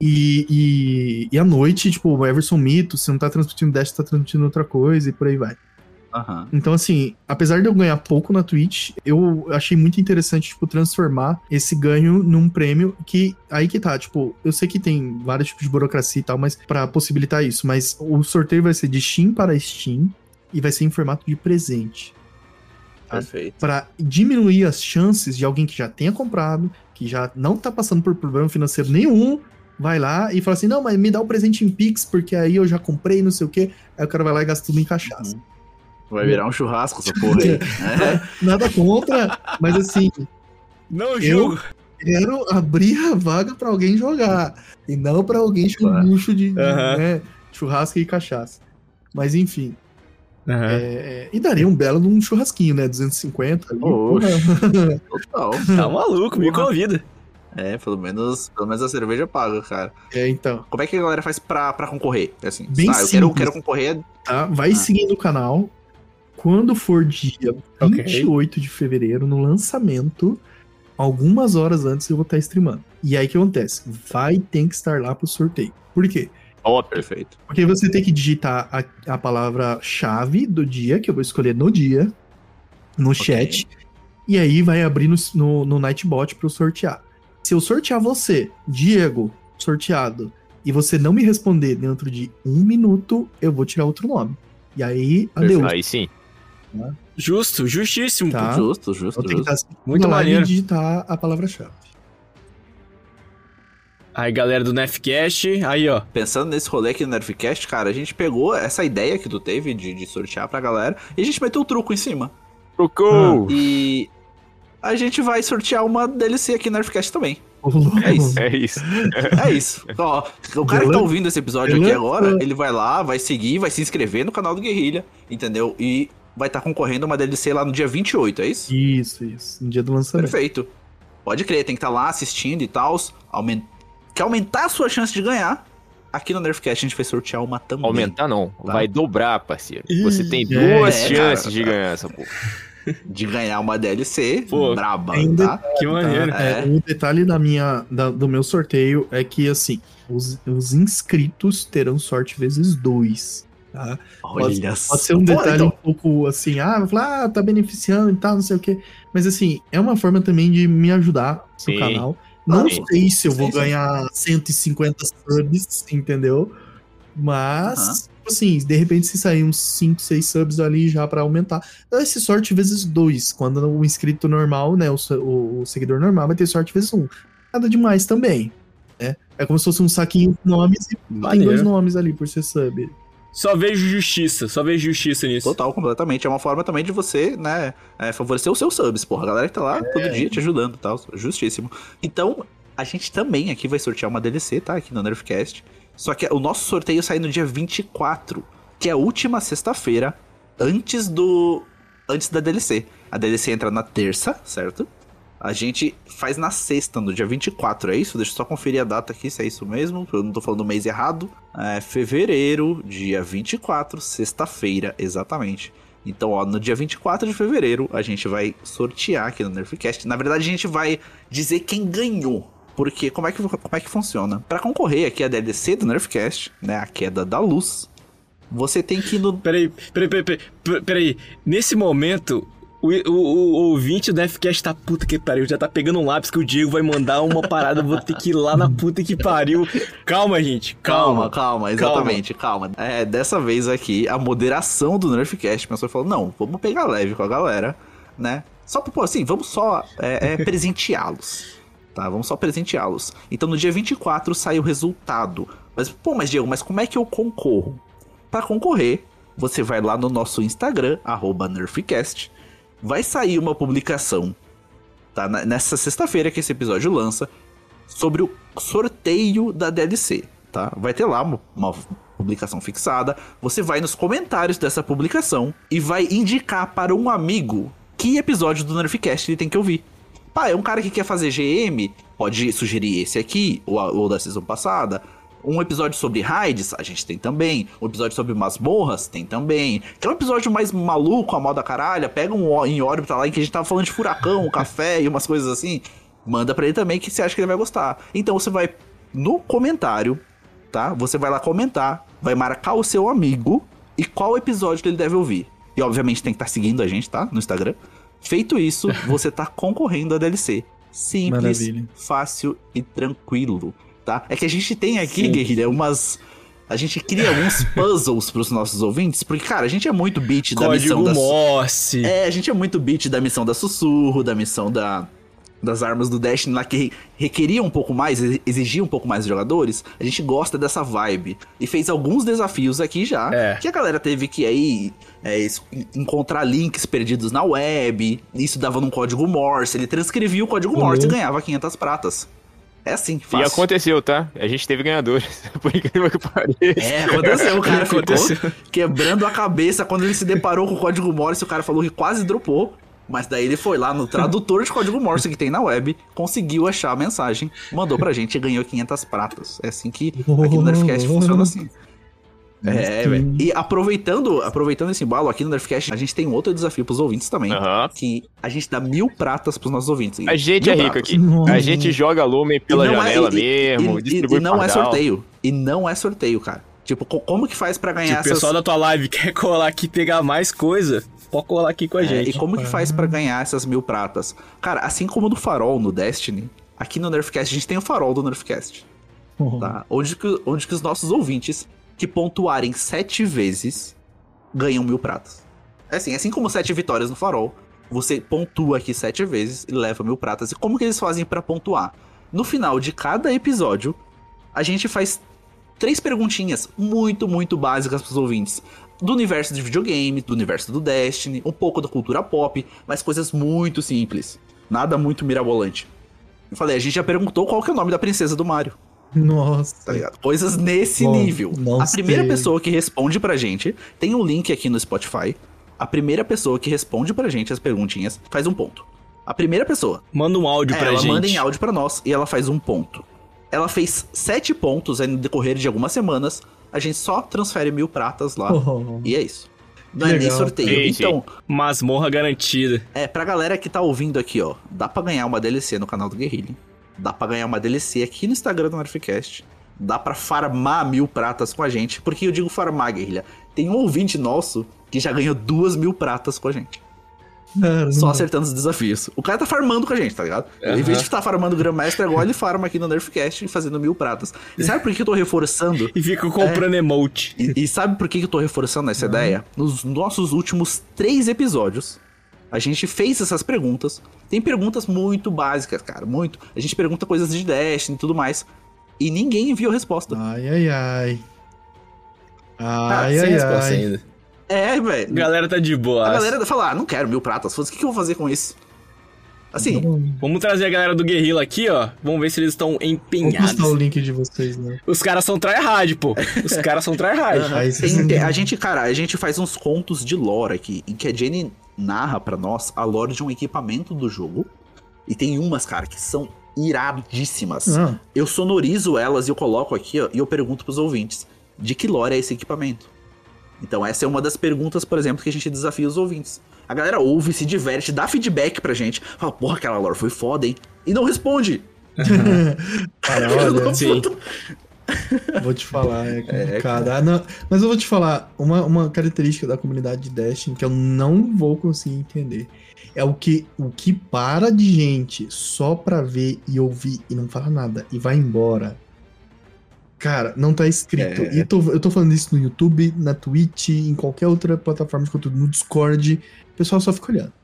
D: E à noite, tipo, o Everson Mito, se não tá transmitindo Dash, tá transmitindo outra coisa e por aí vai. Então, assim, apesar de eu ganhar pouco na Twitch, eu achei muito interessante, tipo, transformar esse ganho num prêmio que, aí que tá, tipo, eu sei que tem vários tipos de burocracia e tal, mas pra possibilitar isso, mas o sorteio vai ser de Steam para Steam e vai ser em formato de presente.
B: Perfeito.
D: Pra diminuir as chances de alguém que já tenha comprado, que já não tá passando por problema financeiro nenhum, vai lá e fala assim, não, mas me dá o presente em Pix, porque aí eu já comprei, não sei o quê. Aí o cara vai lá e gasta tudo em cachaça.
B: Vai virar um churrasco essa porra aí.
D: Nada contra, mas assim...
A: Não jogo.
D: Quero abrir a vaga pra alguém jogar, e não pra alguém encher o luxo de churrasco e cachaça. Mas enfim. E daria um belo num churrasquinho, né? 250 ali.
B: Total.
A: Tá maluco, me convida.
B: Pelo menos a cerveja paga, cara.
D: Então.
B: Como é que a galera faz pra concorrer? Assim,
D: Bem
B: eu quero concorrer.
D: Tá? Vai seguindo o canal. Quando for dia 28 de fevereiro, no lançamento, algumas horas antes eu vou estar streamando. E aí o que acontece? Tem que estar lá pro sorteio. Por quê?
B: Perfeito.
D: Porque você tem que digitar a palavra-chave do dia, que eu vou escolher no dia, no chat, e aí vai abrir no Nightbot para eu sortear. Se eu sortear você, Diego, sorteado, e você não me responder dentro de 1 minuto, eu vou tirar outro nome. E aí, adeus.
C: Aí sim.
A: Justo, justíssimo.
D: Tá?
B: Justo.
D: Eu tenho que estar
A: Muito
D: lá
A: maneiro.
D: e digitar a palavra-chave.
A: Aí, galera do Nerfcast, aí, ó.
B: Pensando nesse rolê aqui no Nerfcast, cara, a gente pegou essa ideia que tu teve de sortear pra galera e a gente meteu o truco em cima.
C: Trucou!
B: E a gente vai sortear uma DLC aqui no Nerfcast também.
D: É
B: isso.
C: É isso.
B: É isso. Ó, o cara que tá ouvindo esse episódio aqui agora, ele vai lá, vai seguir, vai se inscrever no canal do Guerrilha, entendeu? E vai estar concorrendo a uma DLC lá no dia 28, é isso?
D: Isso. No dia do lançamento.
B: Perfeito. Pode crer, tem que estar lá assistindo e tal. Quer aumentar a sua chance de ganhar? Aqui no Nerfcast a gente vai sortear uma também.
C: Aumentar não,
B: Tá.
C: vai dobrar, parceiro. Você tem duas chances de ganhar essa porra.
B: De ganhar uma DLC
A: Pô,
B: braba,
D: ainda-
B: tá?
A: Que maneiro.
D: O detalhe do meu sorteio é que, assim, os inscritos terão sorte vezes 2, tá?
B: Olha
D: Pode ser um detalhe um pouco assim, vai falar, tá beneficiando e tal, não sei o quê. Mas, assim, é uma forma também de me ajudar
C: Sim.
D: no canal. Não
C: Sim.
D: sei se eu vou
B: Sim.
D: ganhar 150 subs, entendeu? Mas, assim, de repente se sair uns 5, 6 subs ali já pra aumentar. Então, esse sorte vezes 2. Quando o inscrito normal, né, o seguidor normal vai ter sorte vezes 1. Nada demais também, né? É como se fosse um saquinho com nomes e tem
A: Maneiro.
D: 2 nomes ali por ser sub.
A: Só vejo justiça nisso.
B: Total, completamente. É uma forma também de você, né, favorecer os seus subs, porra. A galera que tá lá todo dia te ajudando e tal. Justíssimo. Então, a gente também aqui vai sortear uma DLC, tá? Aqui no Nerfcast. Só que o nosso sorteio sai no dia 24, que é a última sexta-feira antes da DLC. A DLC entra na terça, certo? A gente faz na sexta, no dia 24, é isso? Deixa eu só conferir a data aqui, se é isso mesmo, eu não tô falando o mês errado. É fevereiro, dia 24, sexta-feira, exatamente. Então, ó, no dia 24 de fevereiro, a gente vai sortear aqui no Nerfcast. Na verdade, a gente vai dizer quem ganhou. Porque como é que funciona? Pra concorrer aqui a DLC do Nerfcast, né, a queda da luz, você tem que ir no...
A: Peraí. Nesse momento, o ouvinte do Nerfcast tá puta que pariu. Já tá pegando um lápis que o Diego vai mandar uma parada. Vou ter que ir lá na puta que pariu. Calma, gente.
B: Calma, exatamente, calma. Dessa vez aqui, a moderação do Nerfcast pensou e falou, não, vamos pegar leve com a galera, né? Só, pô, assim, vamos só presenteá-los, tá? Vamos só presenteá-los. Então, no dia 24 sai o resultado. Mas Diego, como é que eu concorro? Pra concorrer, você vai lá no nosso Instagram, @nerfcast, vai sair uma publicação, tá? Nessa sexta-feira que esse episódio lança, sobre o sorteio da DLC, tá? Vai ter lá uma publicação fixada, você vai nos comentários dessa publicação e vai indicar para um amigo que episódio do Nerfcast ele tem que ouvir. Pá, é um cara que quer fazer GM, pode sugerir esse aqui, ou da season passada. Um episódio sobre raids, a gente tem também. Um episódio sobre masmorras, tem também. Quer um episódio mais maluco, a moda caralho? Pega um em órbita lá em que a gente tava falando de furacão, café e umas coisas assim. Manda pra ele também que você acha que ele vai gostar. Então você vai no comentário, tá? Você vai lá comentar, vai marcar o seu amigo e qual episódio ele deve ouvir. E obviamente tem que estar seguindo a gente, tá? No Instagram. Feito isso, você tá concorrendo a DLC. Simples,
D: Maravilha.
B: fácil e tranquilo. Tá? É que a gente tem aqui, Guerrilha, a gente cria alguns puzzles pros nossos ouvintes, porque, cara, a gente é muito beat da missão
A: Código
B: da...
A: Morse.
B: a gente é muito beat da missão da Sussurro, da missão das armas do Destiny lá, que requeria um pouco mais, exigia um pouco mais de jogadores. A gente gosta dessa vibe. E fez alguns desafios aqui já, que a galera teve que aí encontrar links perdidos na web. Isso dava num código Morse, ele transcrevia o código Morse e ganhava 500 pratas. É assim,
C: E
B: fácil.
C: aconteceu, tá? A gente teve ganhadores, por incrível que pareça.
B: Aconteceu, o cara
A: Aconteceu.
B: ficou quebrando a cabeça quando ele se deparou com o código Morse, o cara falou que quase dropou, mas daí ele foi lá no tradutor de código Morse que tem na web, conseguiu achar a mensagem, mandou pra gente e ganhou 500 pratas. É assim que aqui no Nerfcast funciona assim. Velho. E aproveitando esse embalo, aqui no Nerfcast, a gente tem um outro desafio pros ouvintes também,
C: Aham.
B: que a gente dá 1000 pratas pros nossos ouvintes.
C: A gente é
B: 1000
C: rico
B: pratas.
C: aqui.
D: Nossa.
C: A gente joga lumen pela janela mesmo, distribui
B: e não é
C: pardal.
B: sorteio. E não é sorteio, cara. Tipo, como que faz pra
A: Se
B: ganhar
A: o pessoal da tua live quer colar aqui e pegar mais coisa, pode colar aqui com a
B: E
A: gente.
B: como que faz pra ganhar essas 1000 pratas? Cara, assim como do farol no Destiny, aqui no Nerfcast a gente tem o farol do Nerfcast, tá? Onde que os nossos ouvintes que pontuarem 7 vezes ganham 1000 pratas. É assim como 7 vitórias no farol, você pontua aqui 7 vezes e leva 1000 pratas. E como que eles fazem pra pontuar? No final de cada episódio, a gente faz 3 perguntinhas muito, muito básicas pros ouvintes. Do universo de videogame, do universo do Destiny, um pouco da cultura pop, mas coisas muito simples. Nada muito mirabolante. Eu falei, a gente já perguntou qual que é o nome da princesa do Mario,
D: Nossa.
B: tá ligado? Coisas nesse
D: Bom,
B: nível.
D: não
B: A primeira
D: sei.
B: pessoa que responde pra gente, tem um link aqui no Spotify. A primeira pessoa que responde pra gente as perguntinhas faz um ponto. A primeira pessoa.
A: Manda um áudio pra
B: Ela
A: gente.
B: manda em áudio pra nós e ela faz um ponto. Ela fez 7 pontos aí no decorrer de algumas semanas. A gente só transfere 1000 pratas lá.
D: Oh.
B: E é isso. Não é nem
D: Legal.
B: sorteio.
C: Sim, sim.
B: Então,
A: Masmorra garantida.
B: pra galera que tá ouvindo aqui, ó, dá pra ganhar uma DLC no canal do Guerrilha. Dá pra ganhar uma DLC aqui no Instagram do Nerfcast. Dá pra farmar 1000 pratas com a gente. Porque eu digo farmar, Guerrilha. Tem um ouvinte nosso que já ganhou 2000 pratas com a gente.
D: Caramba.
B: Só acertando os desafios. O cara tá farmando com a gente, tá ligado? Em vez de estar farmando o Grandmaster, agora ele farma aqui no Nerfcast fazendo 1000 pratas. E sabe por que eu tô reforçando?
A: E fica comprando emote.
B: E sabe por que eu tô reforçando essa ideia? Nos nossos últimos 3 episódios, a gente fez essas perguntas. Tem perguntas muito básicas, cara, muito. A gente pergunta coisas de Destiny e tudo mais. E ninguém enviou resposta.
D: Ai, ai, ai. Ai,
A: Sem
D: ai,
A: resposta
D: ai.
A: ainda.
B: É,
A: A
B: velho.
A: galera tá de boa.
B: A galera fala, não quero 1000 pratas. O que eu vou fazer com isso? Assim,
A: Vamos trazer a galera do Guerrilla aqui, ó. Vamos ver se eles estão
D: Vou
A: empenhados.
D: postar o link de vocês, né?
A: Os caras são tryhard, pô. Os caras são tryhard.
D: Aí vocês
B: a gente faz uns contos de lore aqui, em que a Jenny narra pra nós a lore de um equipamento do jogo. E tem umas, cara, que são iradíssimas.
D: Ah.
B: Eu sonorizo elas e eu coloco aqui, ó, e eu pergunto pros ouvintes, de que lore é esse equipamento? Então essa é uma das perguntas, por exemplo, que a gente desafia os ouvintes. A galera ouve, se diverte, dá feedback pra gente. Fala, porra, aquela lore foi foda, hein? E não responde.
D: Cara, olha,
A: Sim.
D: vou te falar, é complicado. Ah, não, mas eu vou te falar, uma característica da comunidade de Destiny que eu não vou conseguir entender. É o que para de gente só pra ver e ouvir e não fala nada e vai embora. Cara, não tá escrito. E eu tô falando isso no YouTube, na Twitch, em qualquer outra plataforma de conteúdo, no Discord. O pessoal só fica olhando,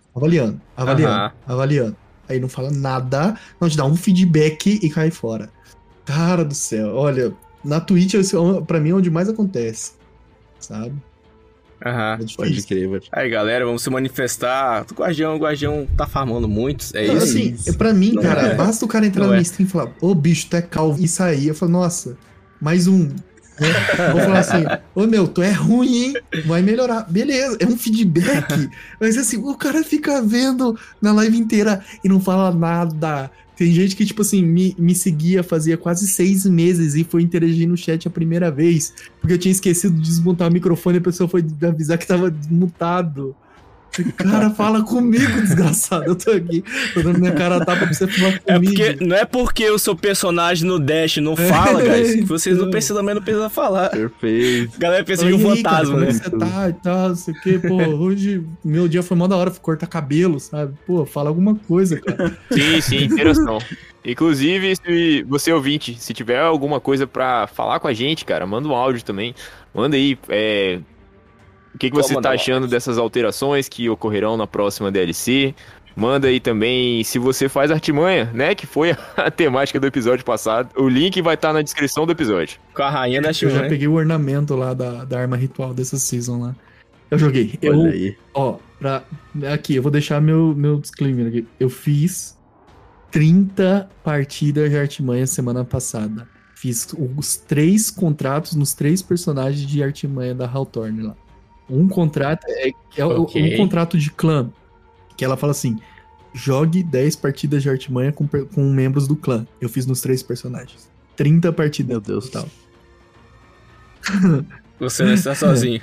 D: avaliando. Aí não fala nada, não te dá um feedback e cai fora. Cara do céu, olha, na Twitch, pra mim, é onde mais acontece, sabe?
A: Aham.
D: É difícil.
B: crer.
A: Aí, galera, vamos se manifestar. O Guardião tá farmando muitos. É isso.
D: Assim, pra mim,
A: Não
D: cara,
A: é.
D: basta o cara entrar
A: Não
D: no
A: é.
D: minha stream e falar, ô bicho, tu é calvo, e sair. Eu falo, nossa, mais um. Né? Vou falar assim, ô meu, tu é ruim, hein? Vai melhorar. Beleza, é um feedback. Mas assim, o cara fica vendo na live inteira e não fala nada. Tem gente que, tipo assim, me seguia fazia quase 6 meses e foi interagir no chat a primeira vez, porque eu tinha esquecido de desmontar o microfone e a pessoa foi avisar que tava desmutado. Cara, fala comigo, desgraçado. Eu tô aqui, tô dando minha cara a tapa pra você falar
A: É
D: comigo.
A: porque, não é porque o seu personagem no Dash não fala, guys, que vocês não precisam, também não precisam falar.
B: Perfeito.
A: A galera pensa
D: Oi,
A: de um
D: e aí, cara,
A: fantasma,
D: como é
A: né?
D: que você tá e tal, não sei o quê, pô, hoje meu dia foi mó da hora, fui cortar cabelo, sabe? Pô, fala alguma coisa, cara.
C: Sim, interação. Inclusive, se você ouvinte, se tiver alguma coisa pra falar com a gente, cara, manda um áudio também. Manda aí, o que você tá achando dessas alterações que ocorrerão na próxima DLC. Manda aí também se você faz artimanha, né? Que foi a temática do episódio passado. O link vai estar na descrição do episódio.
A: Com a rainha da
D: Eu já
A: Chilvan.
D: peguei o ornamento lá da arma ritual dessa season lá. Eu joguei.
B: Olha aí.
D: Ó, aqui, eu vou deixar meu disclaimer aqui. Eu fiz 30 partidas de artimanha semana passada. Fiz os 3 contratos nos 3 personagens de artimanha da Hawthorne lá. Um contrato
A: Ok.
D: um contrato de clã, que ela fala assim, jogue 10 partidas de artimanha com membros do clã. Eu fiz nos 3 personagens. 30 partidas.
B: Meu Deus.
D: Total.
A: Você não está sozinho.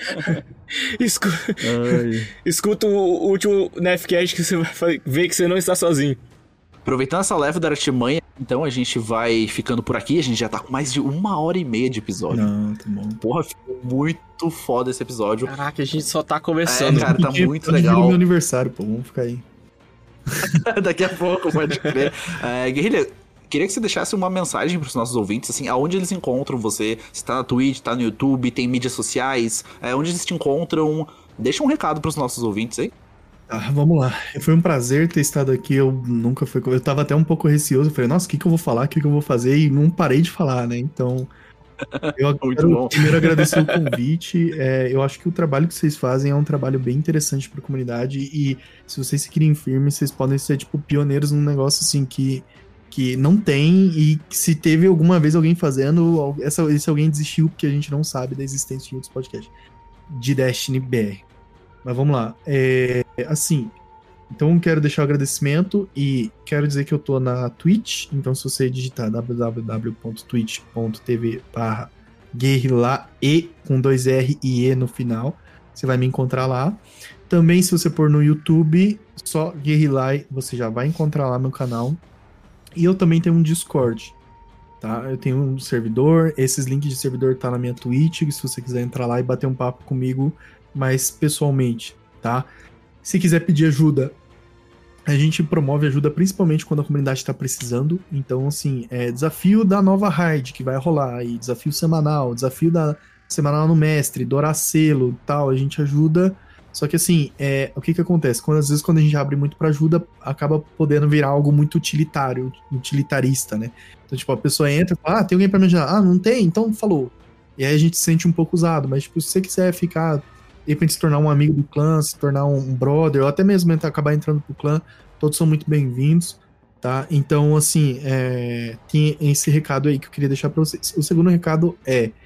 A: Escuta o último Nefcast que você vai ver que você não está sozinho.
B: Aproveitando essa leva da artimanha, então a gente vai ficando por aqui. A gente já tá com mais de 1h30 de episódio.
D: Não, tá bom.
B: Porra, ficou muito foda esse episódio.
A: Caraca, a gente só tá conversando.
B: Cara, tá
D: Porque
B: muito
D: pode vir o
B: legal.
D: meu aniversário, pô, vamos ficar aí.
B: Daqui a pouco, pode crer. Guerrilha, queria que você deixasse uma mensagem pros nossos ouvintes, assim, aonde eles encontram você. Se tá na Twitch, tá no YouTube, tem mídias sociais, onde eles te encontram. Deixa um recado pros nossos ouvintes aí.
D: Ah, vamos lá. Foi um prazer ter estado aqui. Eu nunca fui. Eu tava até um pouco receoso. Eu falei, nossa, o que eu vou falar? O que eu vou fazer? E não parei de falar, né? Então, eu
B: Muito
D: quero
B: bom.
D: primeiro agradecer o convite. Eu acho que o trabalho que vocês fazem é um trabalho bem interessante pra comunidade. E se vocês se querem firmes, vocês podem ser, tipo, pioneiros num negócio assim que não tem. E que se teve alguma vez alguém fazendo, esse alguém desistiu porque a gente não sabe da existência de outros podcasts de Destiny BR. Mas vamos lá. Assim, então quero deixar o agradecimento e quero dizer que eu tô na Twitch. Então, se você digitar www.twitch.tv/guerrilae com 2 R e E no final, você vai me encontrar lá. Também, se você pôr no YouTube, só Guerrilae, você já vai encontrar lá meu canal. E eu também tenho um Discord, tá? Eu tenho um servidor, esses links de servidor tá na minha Twitch, se você quiser entrar lá e bater um papo comigo mais pessoalmente, tá? Se quiser pedir ajuda, a gente promove ajuda principalmente quando a comunidade está precisando. Então, assim, desafio da nova raid que vai rolar aí, desafio semanal, desafio da semanal no mestre, dourar selo e tal, a gente ajuda. Só que, assim, o que acontece? Às vezes, quando a gente abre muito pra ajuda, acaba podendo virar algo muito utilitarista, né? Então, tipo, a pessoa entra e fala, tem alguém pra me ajudar? Ah, não tem? Então, falou. E aí a gente se sente um pouco usado, mas, tipo, se você quiser ficar, de repente, se tornar um amigo do clã, se tornar um brother, ou até mesmo acabar entrando pro clã, todos são muito bem-vindos, tá? Então, assim, tem esse recado aí que eu queria deixar pra vocês. O segundo recado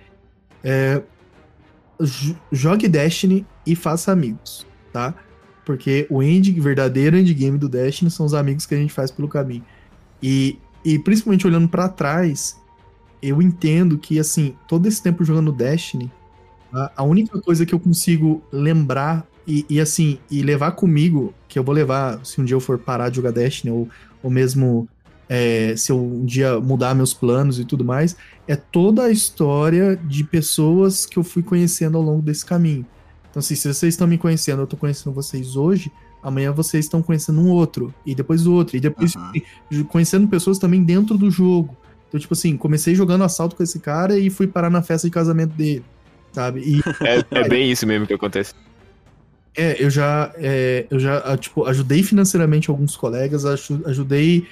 D: jogue Destiny e faça amigos, tá? Porque o verdadeiro endgame do Destiny são os amigos que a gente faz pelo caminho. E principalmente olhando pra trás, eu entendo que, assim, todo esse tempo jogando Destiny, a única coisa que eu consigo lembrar e levar comigo, que eu vou levar se um dia eu for parar de jogar Destiny, ou mesmo se eu um dia mudar meus planos e tudo mais, é toda a história de pessoas que eu fui conhecendo ao longo desse caminho. Então, assim, se vocês estão me conhecendo, eu tô conhecendo vocês hoje, amanhã vocês estão conhecendo um outro, e depois o outro, e depois conhecendo pessoas também dentro do jogo. Então, tipo assim, comecei jogando assalto com esse cara e fui parar na festa de casamento dele, sabe? E,
C: É bem isso mesmo que acontece.
D: eu já tipo, ajudei financeiramente alguns colegas, ajudei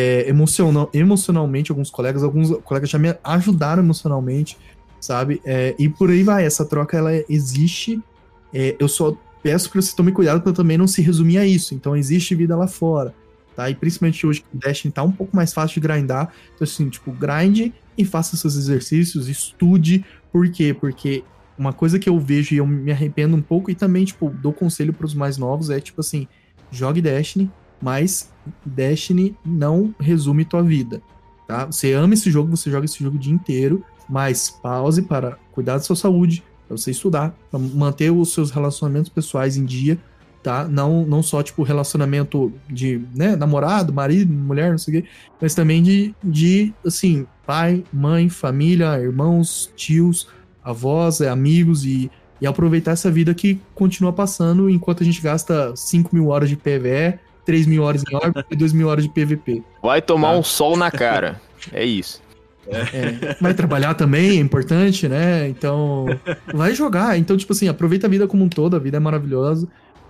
D: emocionalmente alguns colegas já me ajudaram emocionalmente, sabe? E por aí vai, essa troca, ela existe. Eu só peço que você tome cuidado pra também não se resumir a isso. Então, existe vida lá fora, tá? E principalmente hoje que o Destiny tá um pouco mais fácil de grindar. Então, assim, tipo, grinde e faça seus exercícios, estude. Por quê? Porque uma coisa que eu vejo e eu me arrependo um pouco, e também, tipo, dou conselho pros mais novos, tipo assim, jogue Destiny, mas Destiny não resume tua vida, tá? Você ama esse jogo, você joga esse jogo o dia inteiro, mas pause para cuidar da sua saúde, pra você estudar, pra manter os seus relacionamentos pessoais em dia, tá? Não só, tipo, relacionamento de, né, namorado, marido, mulher, não sei o quê, mas também de assim, pai, mãe, família, irmãos, tios, avós, amigos, e aproveitar essa vida que continua passando enquanto a gente gasta 5.000 horas de PvE, 3.000 horas em órbita e 2.000 horas de PVP.
C: Vai tomar um sol na cara. É isso.
D: Vai trabalhar também, é importante, né? Então, vai jogar. Então, tipo assim, aproveita a vida como um todo, a vida é maravilhosa.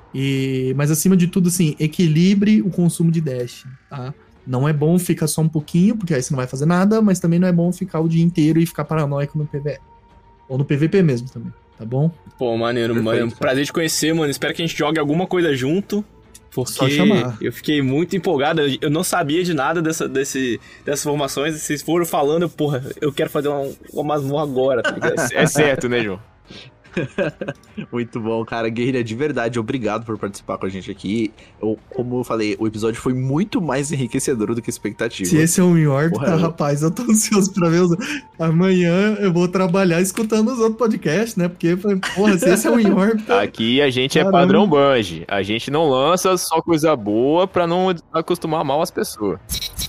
D: Mas acima de tudo, assim, equilibre o consumo de Destiny, tá? Não é bom ficar só um pouquinho, porque aí você não vai fazer nada, mas também não é bom ficar o dia inteiro e ficar paranoico no PvE. Ou no PVP mesmo também, tá bom?
A: Pô, maneiro,
B: Perfeito,
A: mano. Prazer te conhecer, mano. Espero que a gente jogue alguma coisa junto. Porque
D: Só chamar.
A: eu fiquei muito empolgado, eu não sabia de nada dessas formações, e vocês foram falando, porra, eu quero fazer uma masmorra agora, tá ligado?
C: É certo, né, João?
B: Muito bom, cara. Guerrilha, de verdade, obrigado por participar com a gente aqui. Como eu falei, o episódio foi muito mais enriquecedor do que expectativa.
D: Se esse é um órbita,
B: Porra,
D: rapaz, eu tô ansioso pra ver os... Amanhã eu vou trabalhar escutando os outros podcasts, né? Porque, porra, se esse é um órbita...
C: Aqui a gente
D: Caramba.
C: é padrão Bungie. A gente não lança só coisa boa pra não acostumar mal as pessoas.